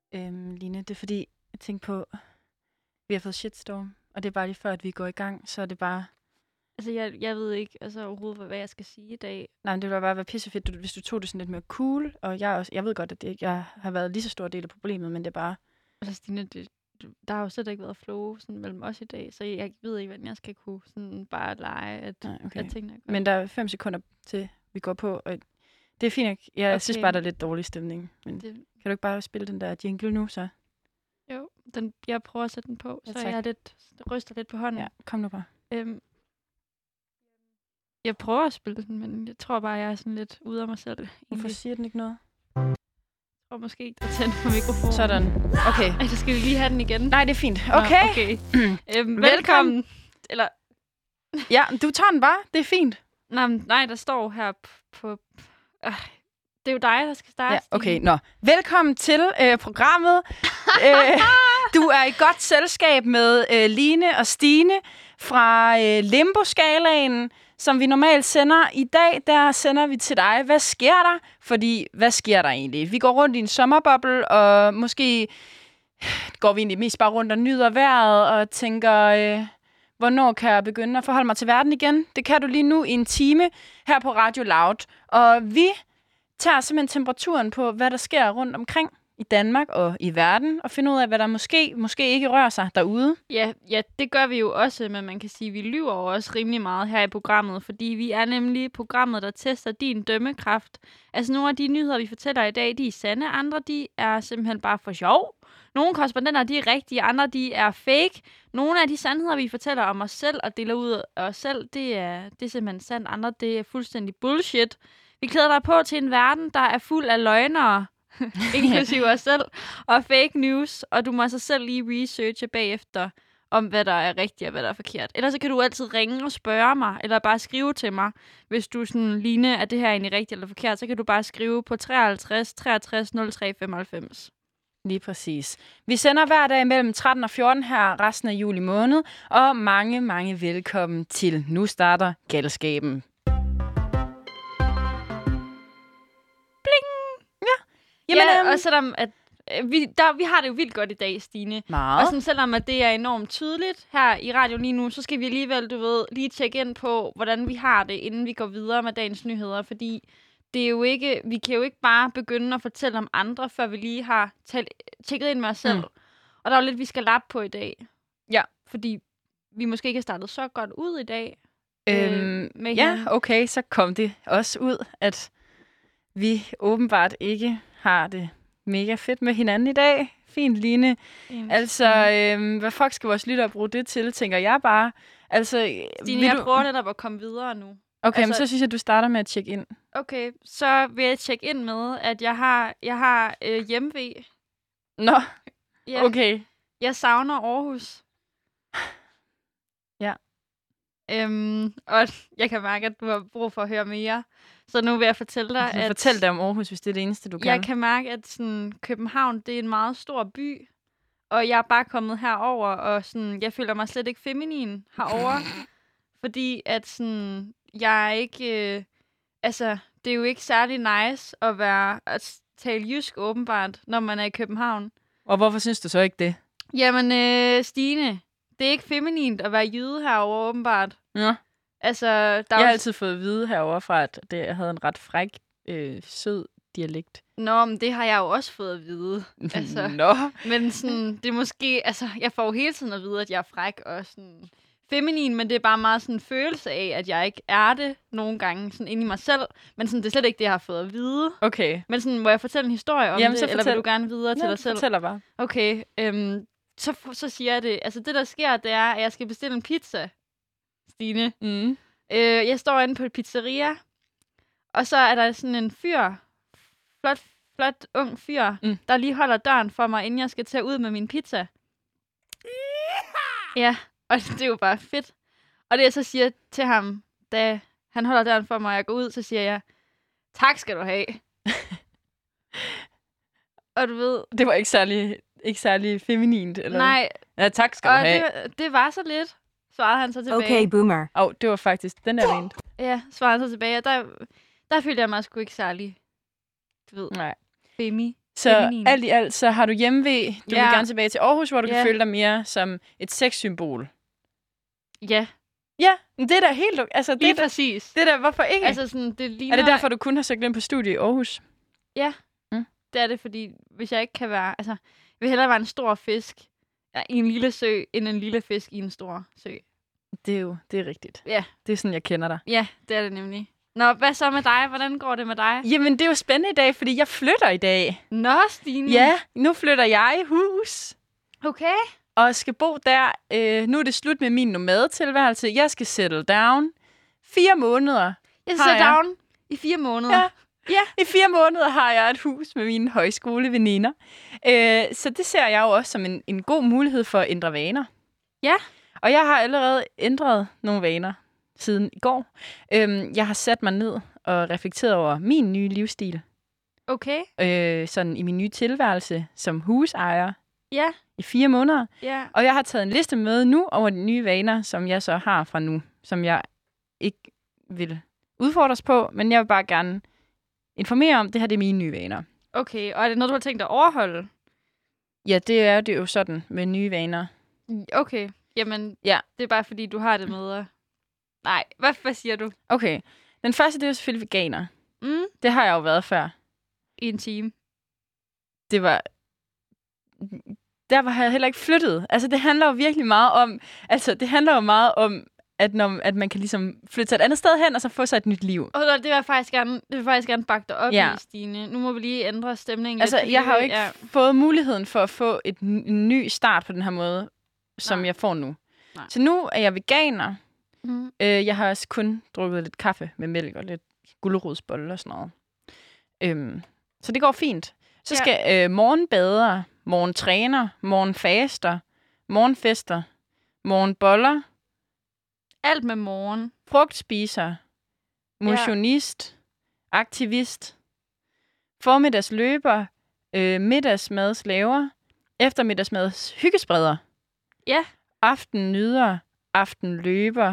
Line. Det er fordi, jeg tænkte på, vi har fået shitstorm, og det er bare lige før, at vi går i gang, så er det bare... Altså, jeg ved ikke overhovedet, hvad jeg skal sige i dag. Nej, men det ville bare være pissefedt, hvis du tog det sådan lidt mere cool, og jeg ved godt, at jeg har været lige så stor del af problemet, men det er bare... Altså, Stine, der har jo slet ikke været flow sådan, mellem os i dag, så jeg ved ikke, hvordan jeg skal kunne sådan bare lege, at tingene er godt. Men der er 5 sekunder til, vi går på, og det er fint. Jeg synes bare, der er lidt dårlig stemning. Men kan du ikke bare spille den der jingle nu, så? Jo, jeg prøver at sætte den på, så jeg ryster lidt på hånden. Ja, kom nu bare. Jeg prøver at spille den, men jeg tror bare, jeg er sådan lidt ude af mig selv. Hvorfor siger den ikke noget? Jeg tror måske ikke, der er tændt på mikrofonen. Sådan. Okay. Så skal vi lige have den igen? Nej, det er fint. Okay. Velkommen. Eller... Ja, du tager den bare. Det er fint. Nej, der står her på... det er jo dig, der skal starte. Ja, okay. Nå. Velkommen til programmet. Du er i godt selskab med Line og Stine fra Limbo-skalaen, som vi normalt sender. I dag, der sender vi til dig, hvad sker der? Fordi, hvad sker der egentlig? Vi går rundt i en sommerboble, og måske går vi egentlig mest bare rundt og nyder vejret, og tænker, hvornår kan jeg begynde at forholde mig til verden igen? Det kan du lige nu i en time her på Radio Loud. Og vi tager simpelthen temperaturen på, hvad der sker rundt omkring i Danmark og i verden, og finder ud af, hvad der måske ikke rører sig derude. Ja, det gør vi jo også, men man kan sige, at vi lyver også rimelig meget her i programmet, fordi vi er nemlig programmet, der tester din dømmekraft. Altså nogle af de nyheder, vi fortæller i dag, de er sande, andre de er simpelthen bare for sjov. Nogle korrespondenter, de er rigtige, andre de er fake. Nogle af de sandheder, vi fortæller om os selv og deler ud af os selv, det er simpelthen sandt, andre det er fuldstændig bullshit. Vi klæder dig på til en verden, der er fuld af løgnere, inklusive os selv, og fake news, og du må altså selv lige researche bagefter, om hvad der er rigtigt og hvad der er forkert. Ellers så kan du altid ringe og spørge mig, eller bare skrive til mig, hvis du sådan, Line, er det her egentlig rigtigt eller forkert, så kan du bare skrive på 53 63 03 95. Lige præcis. Vi sender hver dag mellem 13 og 14 her resten af juli måned, og mange velkommen til Nu starter galskaben. Jamen, og selvom at vi har det jo vildt godt i dag, Stine. Meget. Og sådan, selvom at det er enormt tydeligt her i radioen lige nu, så skal vi alligevel, lige tjekke ind på, hvordan vi har det, inden vi går videre med dagens nyheder. Fordi det er jo ikke, vi kan jo ikke bare begynde at fortælle om andre, før vi lige har tjekket ind med os selv. Og der er jo lidt, vi skal lappe på i dag. Ja. Fordi vi måske ikke har startet så godt ud i dag. Okay, så kom det også ud, at vi åbenbart ikke har det mega fedt med hinanden i dag. Fint, Line. Hvad fuck skal vores lyttere bruge det til, tænker jeg bare. Altså, Stine, jeg prøver netop at komme videre nu. Okay, men så synes jeg, at du starter med at tjekke ind. Okay, så vil jeg tjekke ind med, at jeg har hjemve. Nå, ja. Okay. Jeg savner Aarhus. Ja. Og jeg kan mærke, at du har brug for at høre mere. Så nu vil jeg fortælle dig, at... Fortæl dig om Aarhus, hvis det er det eneste, du kan. Jeg kan mærke, at sådan, København, det er en meget stor by. Og jeg er bare kommet herover, og sådan, jeg føler mig slet ikke feminin herover. Fordi at sådan, jeg er ikke... det er jo ikke særlig nice at tale jysk åbenbart, når man er i København. Og hvorfor synes du så ikke det? Jamen, Stine, det er ikke feminint at være jyde herover åbenbart. Ja. Altså, jeg har altid fået at vide herovre fra, at jeg havde en ret fræk, sød dialekt. Nå, men det har jeg jo også fået at vide. Altså, Nå. Men sådan, det er måske... Altså, jeg får jo hele tiden at vide, at jeg er fræk og sådan feminin, men det er bare meget sådan en følelse af, at jeg ikke er det nogle gange sådan inde i mig selv. Men sådan, det er slet ikke det, jeg har fået at vide. Okay. Men sådan, må jeg fortælle en historie om det, eller vil du gerne videre til dig selv? Fortæller bare. Okay, så siger jeg det. Altså, det der sker, det er, at jeg skal bestille en pizza, Stine. Jeg står inde på et pizzeria, og så er der sådan en fyr, flot ung fyr, der lige holder døren for mig, inden jeg skal tage ud med min pizza. Ja, og det er jo bare fedt. Og det jeg så siger til ham, da han holder døren for mig, og jeg går ud, så siger jeg, tak skal du have. Og du ved... Det var ikke særlig feminint, eller? Nej. Ja, tak skal du have. Det var så lidt, svarede han så tilbage. Okay, boomer. Det var faktisk den der rent. Ja, svarede han så tilbage. Der følte jeg mig sgu ikke særlig, du ved, nej. femi. Så feminin. alt i alt, så har du hjemve. Du vil Ja. gerne tilbage til Aarhus, hvor du kan Ja. føle dig mere som et sexsymbol. Ja, Ja, men det er da helt... Altså, lige præcis. det er da, hvorfor ikke? Altså sådan, det ligner... Er det derfor, du kun har søgt ind på studie i Aarhus? Det er det, fordi hvis jeg ikke kan være... Altså, jeg vil hellere være en stor fisk i en lille sø, end en lille fisk i en stor sø. Det er rigtigt. Ja. Det er sådan, jeg kender dig. Ja, det er det nemlig. Nå, hvad så med dig? Hvordan går det med dig? Jamen, det er jo spændende i dag, fordi jeg flytter i dag. Nå, Stine. Ja, nu flytter jeg i hus. Okay. Og skal bo der. Nu er det slut med min nomadetilværelse. Jeg skal settle down. 4 måneder. Jeg Har sidder jeg. down i 4 måneder. Ja. Ja. I 4 måneder har jeg et hus med mine højskoleveninder. Så det ser jeg jo også som en god mulighed for at ændre vaner. Ja. Og jeg har allerede ændret nogle vaner siden i går. Jeg har sat mig ned og reflekteret over min nye livsstil. Okay. Sådan i min nye tilværelse som husejer Ja. i 4 måneder. Ja. Og jeg har taget en liste med nu over de nye vaner, som jeg så har fra nu, som jeg ikke vil udfordres på, men jeg vil bare gerne informere om, det her det er mine nye vaner. Okay, og er det noget, du har tænkt at overholde? Ja, det er det jo sådan med nye vaner. Okay, jamen, Ja. det er bare fordi, du har det med. Nej, hvad siger du? Okay, den første, det er jo selvfølgelig veganer. Mm, Det har jeg jo været før. i en time. Det var... Der har jeg heller ikke flyttet. Altså, det handler jo virkelig meget om... Altså, det handler jo meget om, at man kan ligesom flytte til et andet sted hen, og så få sig et nyt liv. Og det vil jeg faktisk gerne bakke dig op Ja. i, Stine. Nu må vi lige ændre stemningen Altså, lidt. fordi jeg har jo ikke Ja. fået muligheden for at få en ny start på den her måde, som Nej. jeg får nu. Nej. Så nu er jeg veganer. Mm. Jeg har også kun drukket lidt kaffe med mælk og lidt gulerodsbolle og sådan noget. Så det går fint. Så Ja. skal morgenbader, morgentræner, morgenfaster, morgenfester, morgenboller, Alt med morgen. frugtspiser, motionist, aktivist, formiddagsløber, middagsmadslaver, eftermiddagsmads hyggespreder, Ja. aftennyder, aftenløber,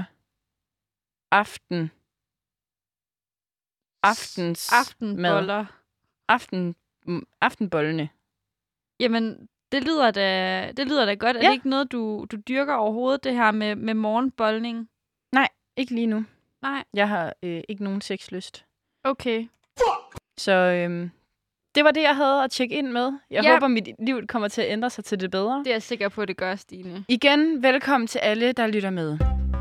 Aftenboller. aftenbollene. Jamen, det lyder da godt. Er Ja. det ikke noget, du dyrker overhovedet, det her med morgenboldning? Ikke lige nu. Nej. Jeg har ikke nogen sexlyst. Okay. Så det var det, jeg havde at tjekke ind med. Jeg Ja. håber, mit liv kommer til at ændre sig til det bedre. Det er jeg sikker på, at det gør, Stine. Igen, velkommen til alle, der lytter med.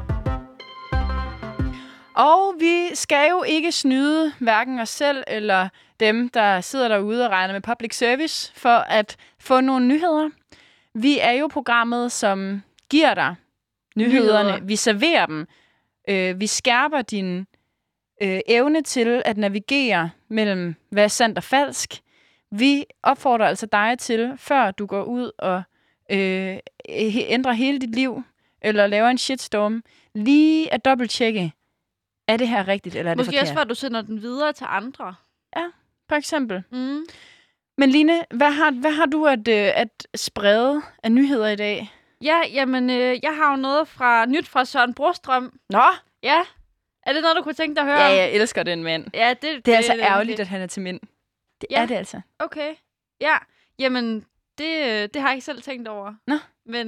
Og vi skal jo ikke snyde hverken os selv eller dem, der sidder derude og regner med public service, for at få nogle nyheder. Vi er jo programmet, som giver dig nyhederne. Nyheder. Vi serverer dem. Vi skærper din evne til at navigere mellem, hvad er sandt og falsk. Vi opfordrer altså dig til, før du går ud og ændrer hele dit liv, eller laver en shitstorm, lige at dobbelttjekke, er det her rigtigt, eller er det Måske forkert? også, for at du sender den videre til andre. For eksempel. Mm. Men Line, hvad har du at sprede af nyheder i dag? Ja, jamen, jeg har jo noget nyt fra Søren Brostrøm. Nå! Ja. Er det noget, du kunne tænke dig at høre Ja, om? jeg elsker den mand. Ja, Det er altså ærgerligt, at han er til mænd. Det Ja. er det altså. Okay. Ja, jamen, det har jeg ikke selv tænkt over. Nå. Men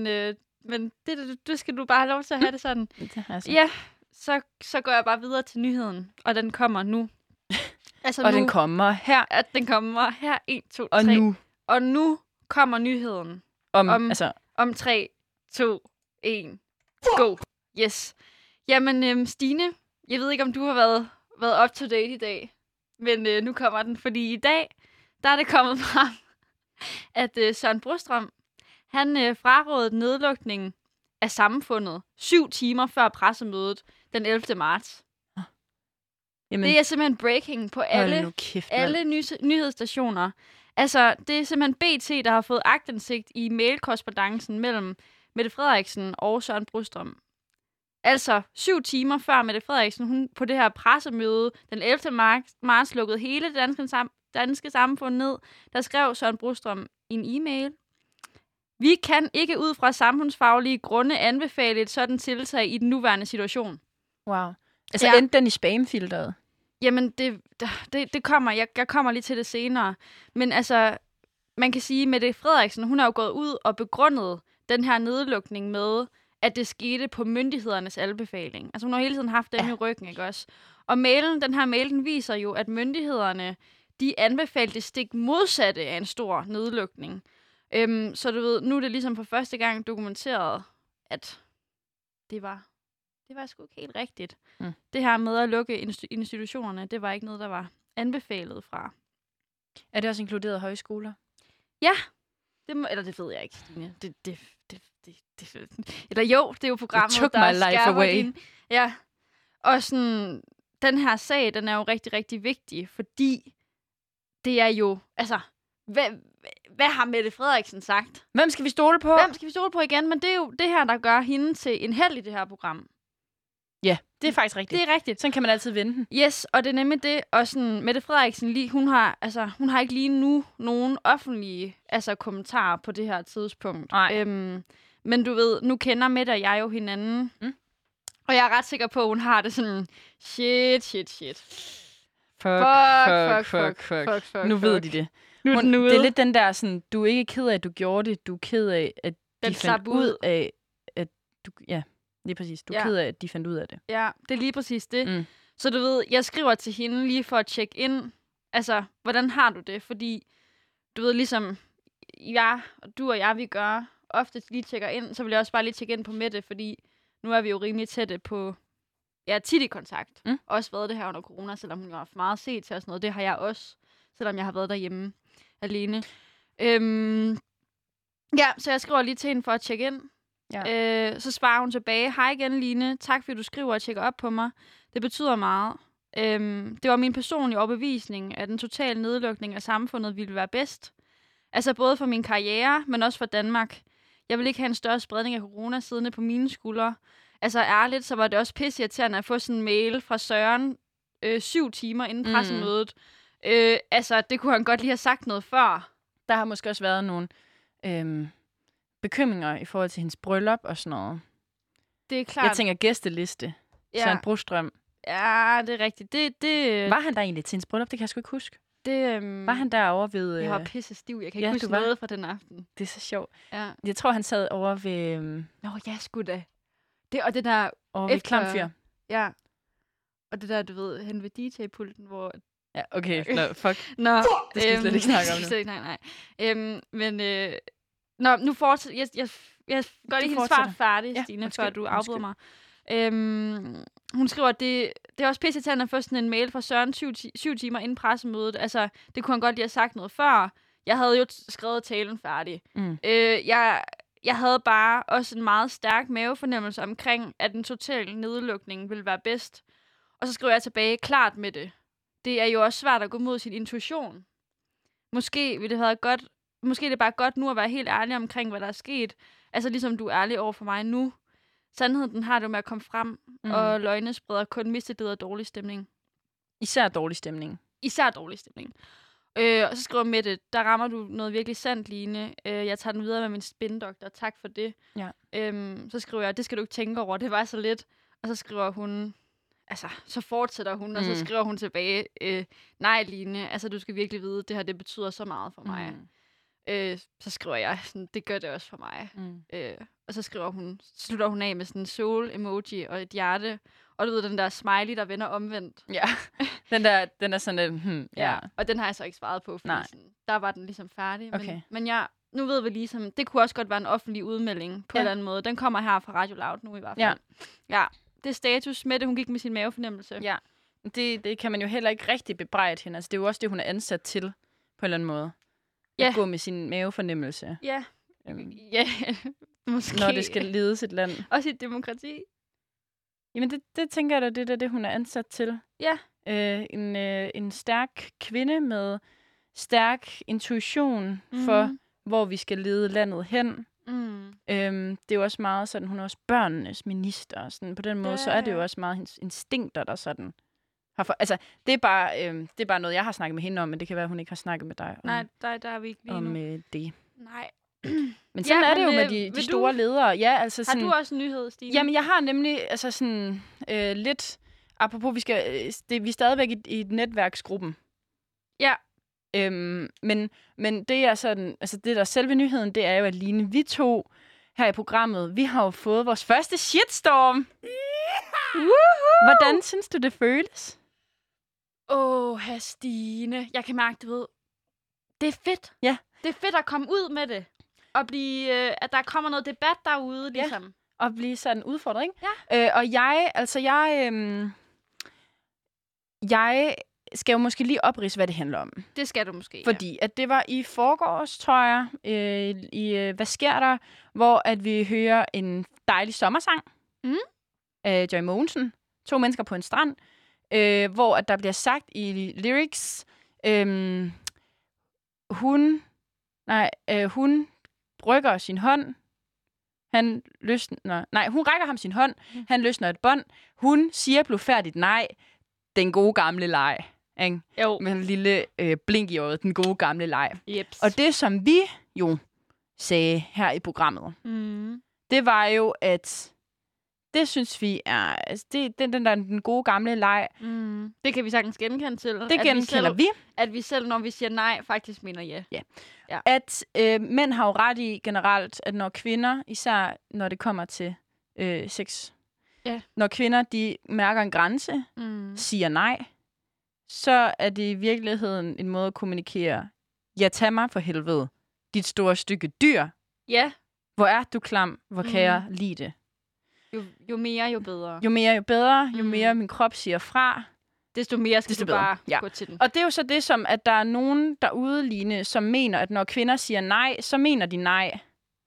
det skal du bare have lov til at have det sådan. Det har jeg så. Ja, så går jeg bare videre til nyheden, og den kommer nu. Altså Og nu, den kommer her at den kommer her 1, 2, 3. og nu. Og nu kommer nyheden. Altså, Om 3, 2, 1. Go. Yes. Jamen, Stine, jeg ved ikke, om du har været up to date i dag. Men nu kommer den, fordi i dag, der er det kommet frem, at Søren Brostrøm, han frarådede nedlukningen af samfundet 7 timer før pressemødet den 11. marts. jamen, Det er simpelthen breaking på hold nu kæft, mand. alle nyhedsstationer. Altså, det er simpelthen BT, der har fået aktindsigt i mailkorrespondancen mellem Mette Frederiksen og Søren Brostrøm. Altså, 7 timer før Mette Frederiksen, hun på det her pressemøde den 11. marts lukkede hele det danske samfund ned, der skrev Søren Brostrøm i en e-mail. Vi kan ikke ud fra samfundsfaglige grunde anbefale et sådan tiltag i den nuværende situation. Wow. Altså, Ja. endte den i spamfilteret? Jamen, det kommer, jeg kommer lige til det senere. Men altså, man kan sige, Mette Frederiksen, hun har jo gået ud og begrundet den her nedlukning med, at det skete på myndighedernes anbefaling. Altså hun har hele tiden haft dem i ryggen, ikke også? Og den her mail, den viser jo, at myndighederne, de anbefalte det stik modsatte af en stor nedlukning. Så du ved, nu er det ligesom for første gang dokumenteret, at det var sgu ikke helt rigtigt. Det her med at lukke institutionerne, det var ikke noget, der var anbefalet fra. Er det også inkluderet højskoler? Ja. Det ved jeg ikke, Stine. Eller jo, det er jo programmet, der skærper din... Ja. Og sådan, den her sag, den er jo rigtig, rigtig vigtig, fordi det er jo... Altså, hvad har Mette Frederiksen sagt? Hvem skal vi stole på? Hvem skal vi stole på igen? Men det er jo det her, der gør hende til en held i det her program. Ja, det er faktisk rigtigt. Det er rigtigt. Sådan kan man altid vinde den. Yes, og det er nemlig det. Og sådan, Mette Frederiksen, hun har ikke lige nu nogen offentlige kommentarer på det her tidspunkt. Men du ved, nu kender Mette og jeg jo hinanden. Og jeg er ret sikker på, at hun har det sådan, shit. Fuck. Nu ved de det. Det er lidt den der sådan, du er ikke ked af, at du gjorde det. Du er ked af, at de fandt ud af, at du... Ja, lige præcis. Du er ked af, at de fandt ud af det. Ja, det er lige præcis det. Så du ved, jeg skriver til hende lige for at tjekke ind. Altså, hvordan har du det? Fordi, du ved, ligesom du og jeg, vi gør, ofte lige tjekker ind, så vil jeg også bare lige tjekke ind på Mette, fordi nu er vi jo rimelig tætte på, tit i kontakt. Også været det her under corona, selvom hun har haft meget set til og sådan noget. Det har jeg også, selvom jeg har været derhjemme alene. Så jeg skriver lige til hende for at tjekke ind. Ja. Så svarer hun tilbage. Hej igen, Line. Tak fordi du skriver og tjekker op på mig. Det betyder meget. Det var min personlige overbevisning, at den totale nedlukning af samfundet ville være bedst. Altså både for min karriere, men også for Danmark. Jeg vil ikke have en større spredning af corona siddende på mine skuldre. Altså ærligt, så var det også pisseirriterende at få sådan en mail fra Søren 7 timer inden pressemødet. Det kunne han godt lige have sagt noget før. Der har måske også været nogle bekymringer i forhold til hendes bryllup og sådan noget. Det er klart. Jeg tænker gæsteliste. Ja. Søren Brostrøm. Ja, det er rigtigt. Var han der egentlig til hendes bryllup? Det kan jeg sgu ikke huske. Var han derovre ved... Jeg var pisse stiv. Jeg kan ikke huske noget fra den aften. Det er så sjovt. Ja. Jeg tror, han sad over ved... Nå, ja, sgu da. Det der... Over ved Klamfyr. Ja. Og det der, du ved, hen ved DJ-pulten, hvor... Ja, okay. No, fuck. Nå, det skal vi slet ikke snakke om nu. Nej. Nu fortsætter... Jeg gør lige hendes svar færdig, Stine, før du afbryder mig. Hun skriver, at det er også pisseirriterende at få sådan en mail fra Søren 7 timer inden pressemødet. Altså, det kunne han godt lige have sagt noget før. Jeg havde jo skrevet talen færdig. Jeg havde bare også en meget stærk mavefornemmelse omkring, at den totale nedlukning ville være bedst. Og så skriver jeg tilbage, klart med det. Det er jo også svært at gå mod sin intuition. Måske er det bare godt nu at være helt ærlig omkring, hvad der er sket. Altså ligesom du er ærlig over for mig nu. Sandheden, den har det med at komme frem, og løgne spreder kun mistillid og dårlig stemning. Især dårlig stemning. Og så skriver Mette, der rammer du noget virkelig sandt, Line. Jeg tager den videre med min spindoktor. Tak for det. Ja. Så skriver jeg, det skal du ikke tænke over. Det var så lidt. Og så skriver hun, så fortsætter hun, og så skriver hun tilbage, nej, Line, du skal virkelig vide, det her, det betyder så meget for mig. Så skriver jeg, sådan, det gør det også for mig. Og så slutter hun af med sådan en soul-emoji og et hjerte. Og du ved, den der smiley, der vender omvendt. Ja, den er sådan, ja. Og den har jeg så ikke svaret på, fordi sådan, der var den ligesom færdig. Okay. Men nu ved vi ligesom, det kunne også godt være en offentlig udmelding på en eller anden måde. Den kommer her fra Radio Loud nu i hvert fald. Ja, det er status. Mette, hun gik med sin mavefornemmelse. Ja, det kan man jo heller ikke rigtig bebrejde hende. Altså, det er jo også det, hun er ansat til, på en eller anden måde. At gå med sin mavefornemmelse. Ja. Måske. Når det skal ledes et land. Også et demokrati. Jamen, det tænker jeg da, det er det, hun er ansat til. Ja. En stærk kvinde med stærk intuition for, hvor vi skal lede landet hen. Det er jo også meget sådan, hun er også børnenes minister. Sådan, på den måde, så er det jo også meget hendes instinkter, der sådan... det er bare noget, jeg har snakket med hende om, men det kan være, at hun ikke har snakket med dig om, nej, der er vi ikke lige nu. Det. Nej. Men sådan er det jo med de store ledere. Ja, altså sådan, har du også en nyhed, Stine? Jamen, jeg har nemlig lidt... Apropos, vi er stadigvæk i et netværksgruppen. Ja. Men det er sådan, altså det der selve nyheden, det er jo, at Line, vi to her i programmet, vi har jo fået vores første shitstorm. Hvordan synes du, det føles? Stine. Jeg kan mærke, du ved, det er fedt. Ja. Det er fedt at komme ud med det. Og blive, at der kommer noget debat derude, ligesom. Ja. Og blive sådan udfordret, ikke? Ja. Og jeg skal jo måske lige opridse, hvad det handler om. Det skal du måske, Fordi at det var i forgårs, tror jeg, i Hvad sker der? Hvor at vi hører en dejlig sommersang af Joy Mogensen. 2 mennesker på en strand. Hvor at der bliver sagt i lyrics, hun rykker sin hånd. Hun rækker ham sin hånd. Han løsner et bånd. Hun siger blufærdigt nej. Den gode gamle leg. Ikke? Jo. Med en lille blink i øjet. Den gode gamle leg. Jeps. Og det, som vi jo sagde her i programmet, det var jo, at det synes vi er... Altså den gode gamle leg. Det kan vi sagtens genkende til. Det genkender vi. At vi selv, når vi siger nej, faktisk mener ja. Ja. At mænd har jo ret i generelt, at når kvinder, især når det kommer til sex, når kvinder de mærker en grænse, siger nej, så er det i virkeligheden en måde at kommunikere, ja, tag mig for helvede, dit store stykke dyr. Ja. Hvor er du klam, hvor kan jeg lide det? Jo mere, jo bedre. Jo mere, jo bedre. Jo mere min krop siger fra. Desto mere skal du bare gå til den. Og det er jo så det, som at der er nogen derude, Line, som mener, at når kvinder siger nej, så mener de nej.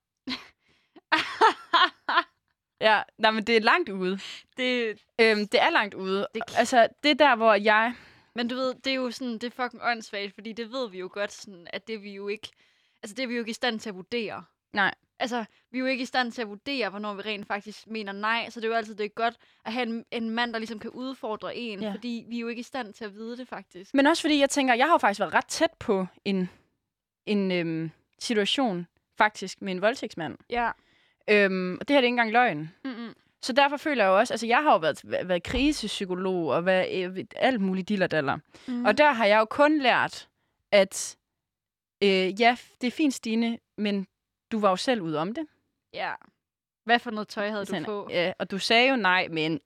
Ja, nej, men det er langt ude. Det er langt ude. Altså, det er der, hvor jeg... Men du ved, det er jo sådan, det er fucking åndssvagt, fordi det ved vi jo godt, sådan, at det er vi jo ikke... Altså, det er vi jo ikke i stand til at vurdere. Nej. Altså, vi er jo ikke i stand til at vurdere, hvornår vi rent faktisk mener nej. Så det er jo altid det er godt at have en mand, der ligesom kan udfordre en. Fordi vi er jo ikke i stand til at vide det, faktisk. Men også fordi, jeg tænker, jeg har jo faktisk været ret tæt på en situation, faktisk, med en voldtægtsmand. Ja. Og det her det er ikke engang løgn. Så derfor føler jeg jo også... Altså, jeg har jo været krisepsykolog og været alt muligt dillerdaller. Og der har jeg jo kun lært, at ja, det er fint, Stine, men du var jo selv ude om det. Ja. Hvad for noget tøj havde du på? Ja, og du sagde jo nej, men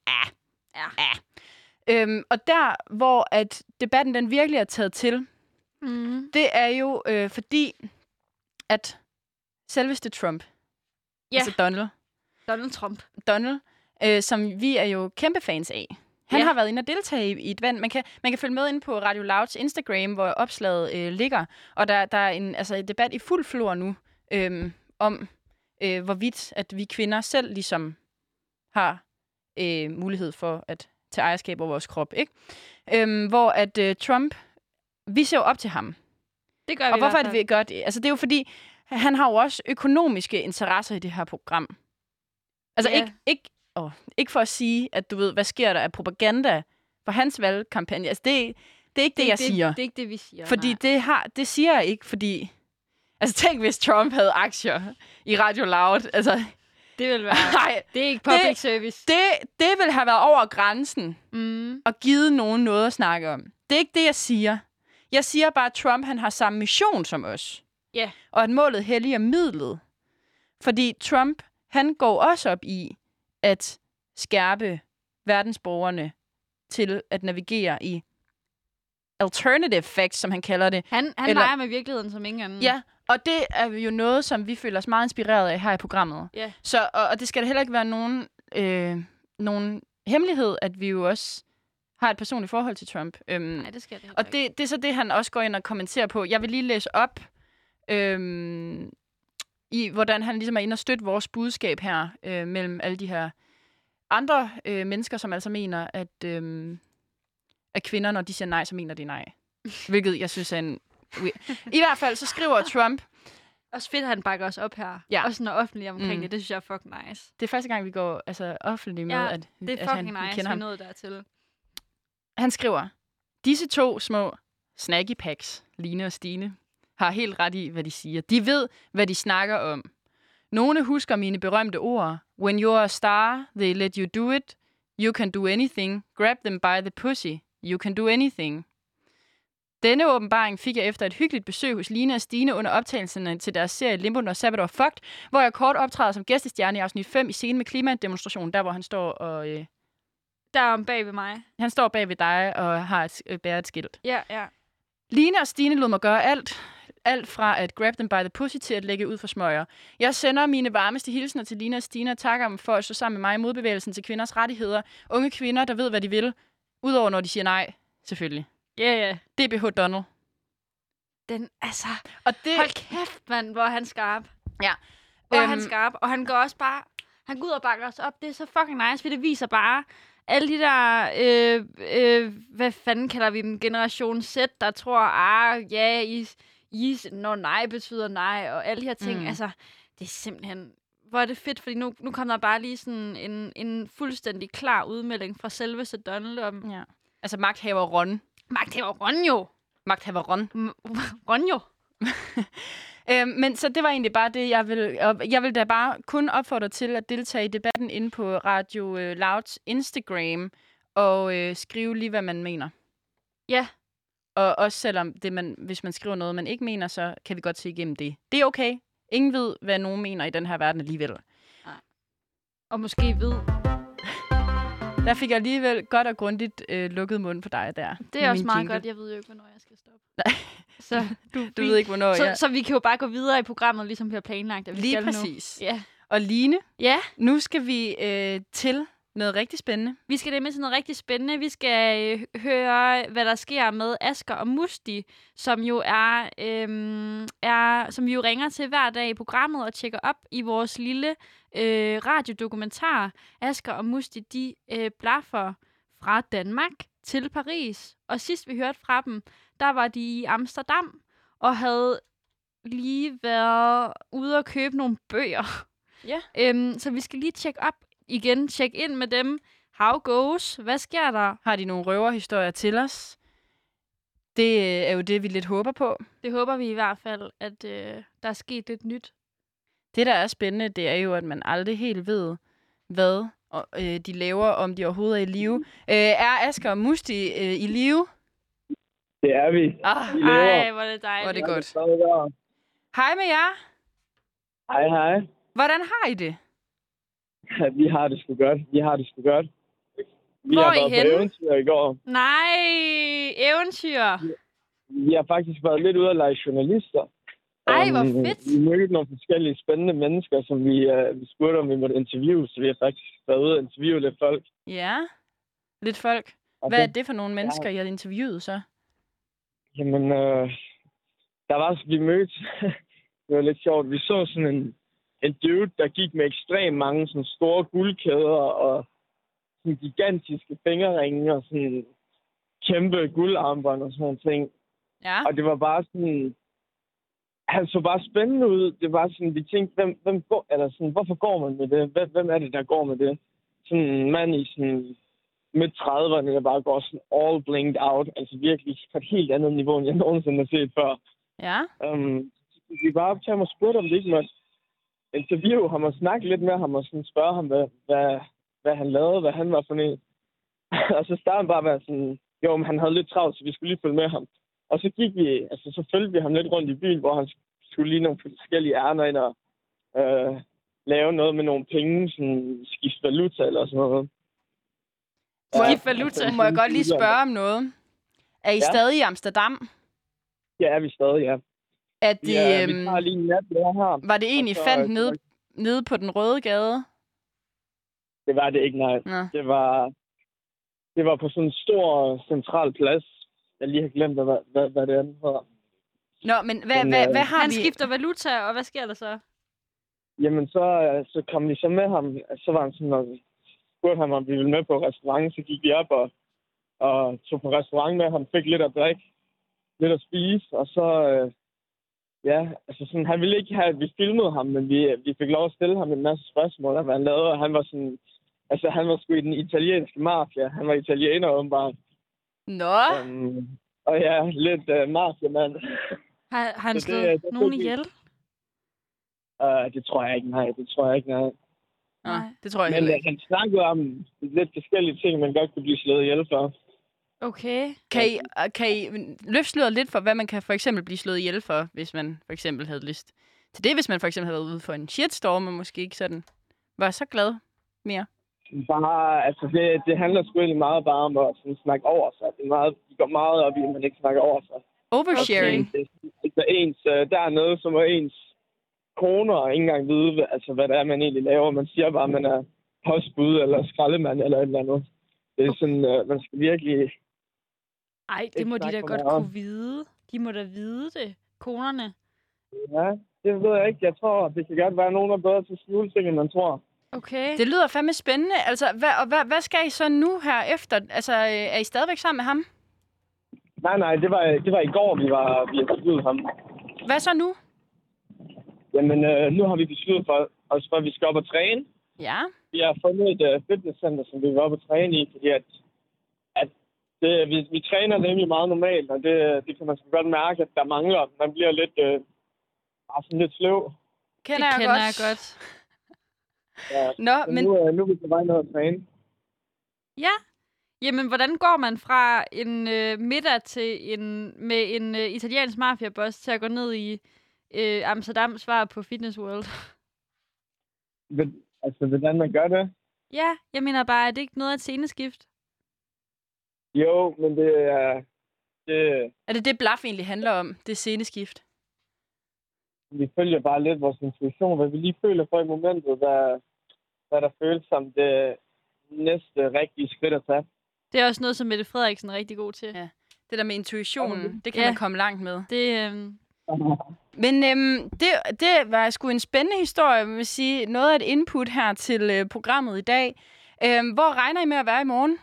og der, hvor at debatten den virkelig er taget til, det er jo fordi, at selveste Trump, altså Donald Trump, som vi er jo kæmpe fans af. Han har været inde og deltage i et event. Man kan følge med ind på Radio Louds Instagram, hvor opslaget ligger. Og der er en debat i fuld flor nu, om hvorvidt at vi kvinder selv ligesom har mulighed for at tage ejerskab over vores krop, ikke? Hvor at Trump, vi ser jo op til ham. Det gør vi. Og hvorfor er det, vi gør det? Altså det er jo fordi, han har jo også økonomiske interesser i det her program. Altså ikke for at sige, at du ved, hvad sker der af propaganda for hans valgkampagne. Altså det er ikke det, jeg siger. Det er ikke det, vi siger. Fordi det siger jeg ikke, fordi... Altså tænk, hvis Trump havde aktier i Radio Loud. Altså, det vil være... det er ikke public service. Det vil have været over grænsen og givet nogen noget at snakke om. Det er ikke det, jeg siger. Jeg siger bare, at Trump han har samme mission som os. Ja. Yeah. Og at målet helliger midlet. Fordi Trump, han går også op i at skærpe verdensborgerne til at navigere i alternative facts, som han kalder det. Han leger med virkeligheden som ingen anden. Ja, og det er jo noget, som vi føler os meget inspireret af her i programmet. Yeah. Så, og det skal da heller ikke være nogen hemmelighed, at vi jo også har et personligt forhold til Trump. Nej, det skal det og det er så det, han også går ind og kommenterer på. Jeg vil lige læse op i, hvordan han ligesom er inde og støtte vores budskab her mellem alle de her andre mennesker, som altså mener, at kvinder, når de siger nej, så mener de nej. Hvilket jeg synes er en... I hvert fald, så skriver Trump... Også fedt, at han bakker os op her. Ja. Også når offentligt omkring det. Det synes jeg er fucking nice. Det er første gang, vi går offentligt med, at det er fucking nice, kender ham. Noget dertil. Han skriver, disse 2 små snacky packs, Line og Stine, har helt ret i, hvad de siger. De ved, hvad de snakker om. Nogle husker mine berømte ord. When you're a star, they let you do it. You can do anything. Grab them by the pussy. You can do anything. Denne åbenbaring fik jeg efter et hyggeligt besøg hos Line og Stine under optagelserne til deres serie Limbo, når Sabbat var fucked, hvor jeg kort optræder som gæstestjerne i afsnit 5 i scenen med klimademonstrationen, der hvor han står og... Der er om bag ved mig. Han står bag ved dig og har bærer et skilt. Ja. Line og Stine lod mig gøre alt fra at grab them by the pussy til at lægge ud for smøger. Jeg sender mine varmeste hilsner til Line og Stine og takker dem for at stå sammen med mig i modbevægelsen til kvinders rettigheder. Unge kvinder, der ved, hvad de vil. Udover når de siger nej, selvfølgelig. Ja. DBH Donald. Den, altså... Og det... Hold kæft, mand, hvor er han skarp. Ja. Hvor er han skarp. Og han går også bare... Han går ud og bakker os op. Det er så fucking nice, for det viser bare... Alle de der, hvad fanden kalder vi dem, generation Z, der tror, når nej betyder nej, og alle de her ting. Altså, det er simpelthen, hvor er det fedt, fordi nu kommer der bare lige sådan en fuldstændig klar udmelding fra selveste Donald om... Ja. Altså magthaver Ron. Magthaver Ron jo. Magthaver Ron. Ron jo. Men så det var egentlig bare det, jeg vil da bare kun opfordre til at deltage i debatten inde på Radio Louds Instagram og skrive lige, hvad man mener. Ja. Og også selvom hvis man skriver noget, man ikke mener, så kan vi godt se igennem det. Det er okay. Ingen ved, hvad nogen mener i den her verden alligevel. Nej. Og måske ved. Der fik jeg alligevel godt og grundigt lukket mund på dig der. Det er også meget jingle. Godt. Jeg ved jo ikke, hvornår jeg skal stoppe. Nej. Så du ved ikke, hvornår så vi kan jo bare gå videre i programmet, ligesom vi har planlagt. At vi lige skal præcis. Nu. Ja. Og Line, ja? Nu skal vi til noget rigtig spændende. Vi skal nemlig til noget rigtig spændende. Vi skal høre, hvad der sker med Asger og Musti, som jo som vi jo ringer til hver dag i programmet og tjekker op i vores lille radiodokumentar. Asger og Musti, de blaffer fra Danmark til Paris. Og sidst vi hørte fra dem, der var de i Amsterdam og havde lige været ude og købe nogle bøger. Ja. Så vi skal lige tjekke op igen, tjekke ind med dem. How goes? Hvad sker der? Har de nogle røverhistorier til os? Det er jo det, vi lidt håber på. Det håber vi i hvert fald, at der er sket lidt nyt. Det, der er spændende, det er jo, at man aldrig helt ved, hvad de laver, om de overhovedet er i live. Er Asger og Musti i live? Det er vi. Ej, hvor er det dejligt. Hvor er det godt. Hej med jer. Hej. Hvordan har I det? Ja, vi har det sgu godt. Vi har været på eventyr i går. Nej, eventyr. Vi har faktisk været lidt ude at lege journalister. Ej, hvor fedt. Vi mødte nogle forskellige spændende mennesker, som vi spurgte, om vi måtte interviewe. Så vi har faktisk været ude og interviewe lidt folk. Ja, lidt folk. Hvad er det for nogle mennesker, I har interviewet så? Jamen, vi mødte... Det var lidt sjovt. Vi så sådan en dude, der gik med ekstremt mange sådan store guldkæder og sådan gigantiske fingerringe og sådan kæmpe guldarmbånd og sådan nogle ting. Ja. Og det var bare sådan... Han så bare spændende ud. Det var sådan, vi tænkte, hvorfor går man med det? Hvem er det, der går med det? Sådan en mand i sådan midt-30'erne, der bare går sådan all blinked out. Altså virkelig på et helt andet niveau, end jeg nogensinde har set før. Ja. Vi var op til ham og spurgte, om det ikke måtte interviewe ham og snakke lidt med ham og sådan spørge ham, hvad han lavede, hvad han var for en. Og så startede han bare med sådan, jo, men han havde lidt travlt, så vi skulle lige følge med ham. Og så så følgte vi ham lidt rundt i byen, hvor han skulle lige nogle forskellige ærner ind og lave noget med nogle penge, sådan skifte valuta eller sådan noget. Skifte valuta? Må jeg godt lige spørge om noget? Er I stadig i Amsterdam? Ja, er vi stadig, ja. Vi tager lige en nat her. Var det egentlig fandt nede på den røde gade? Det var det ikke, nej. Nå. Det var på sådan en stor central plads. Jeg lige har glemt, hvad det andet var. Nå, men hvad har han skifter valuta, og hvad sker der så? Jamen, så kom vi så med ham. Så var han sådan, og spurgte ham, om vi ville med på restaurant. Så gik vi op og tog på restaurant med ham. Fik lidt at drikke, lidt at spise. Og så, sådan, han ville ikke have, at vi filmede ham, men vi fik lov at stille ham en masse spørgsmål om, hvad han lavede. Og han var sådan, han var sgu i den italienske mafia. Han var italiener, åbenbart. Nå. Og ja, lidt mafia-mand. Har han slået nogen ihjel? Det tror jeg ikke, nej. Nej, det tror jeg heller ikke. Men han snakkede om lidt forskellige ting, man godt kunne blive slået ihjel for. Okay. Kan I løfte sløret lidt for, hvad man kan for eksempel blive slået ihjel for, hvis man for eksempel havde lyst til det, hvis man for eksempel havde været ude for en shitstorm, og måske ikke sådan var så glad mere? Bare, altså det handler sgu egentlig meget bare om at sådan, snakke over sig. De går meget op i, at man ikke snakker over sig. Oversharing. Okay. Der er noget, som er ens koner ikke engang vide, altså, hvad det er, man egentlig laver. Man siger bare, at man er postbud eller skraldemand eller et eller andet. Det er sådan, man skal virkelig... Ej, det må de da godt kunne vide. De må da vide det, konerne. Ja, det ved jeg ikke. Jeg tror, det kan godt være, nogen er bedre til skjuleting, end man tror. Okay. Det lyder fandme spændende. Altså, hvad skal I så nu her efter? Altså, er I stadigvæk sammen med ham? Nej, det var i går, vi har besluttet ham. Hvad så nu? Jamen, nu har vi besluttet for os, at vi skal op og træne. Ja. Vi har fundet et fitnesscenter, som vi vil op og træne i, fordi vi træner nemlig meget normalt, og det kan man så godt mærke, at der mangler. Man bliver lidt sløv. Det kender jeg godt. Ja, men... Nu er vi på vej ned at træne. Ja. Jamen, hvordan går man fra en middag til med en italiensk mafiaboss til at gå ned i Amsterdam svar på Fitness World? Altså, hvordan man gør det? Ja, jeg mener bare, at det ikke noget af et sceneskift? Jo, men det er... Er det Bluff egentlig handler om, det sceneskift? Vi følger bare lidt vores intuition, hvad vi lige føler for i momentet, hvad der føles som det næste rigtige skridt at tage. Det er også noget, som Mette Frederiksen er rigtig god til. Ja. Det der med intuitionen, det kan man komme langt med. Men det var sgu en spændende historie, jeg vil sige. Noget af et input her til programmet i dag. Hvor regner I med at være i morgen?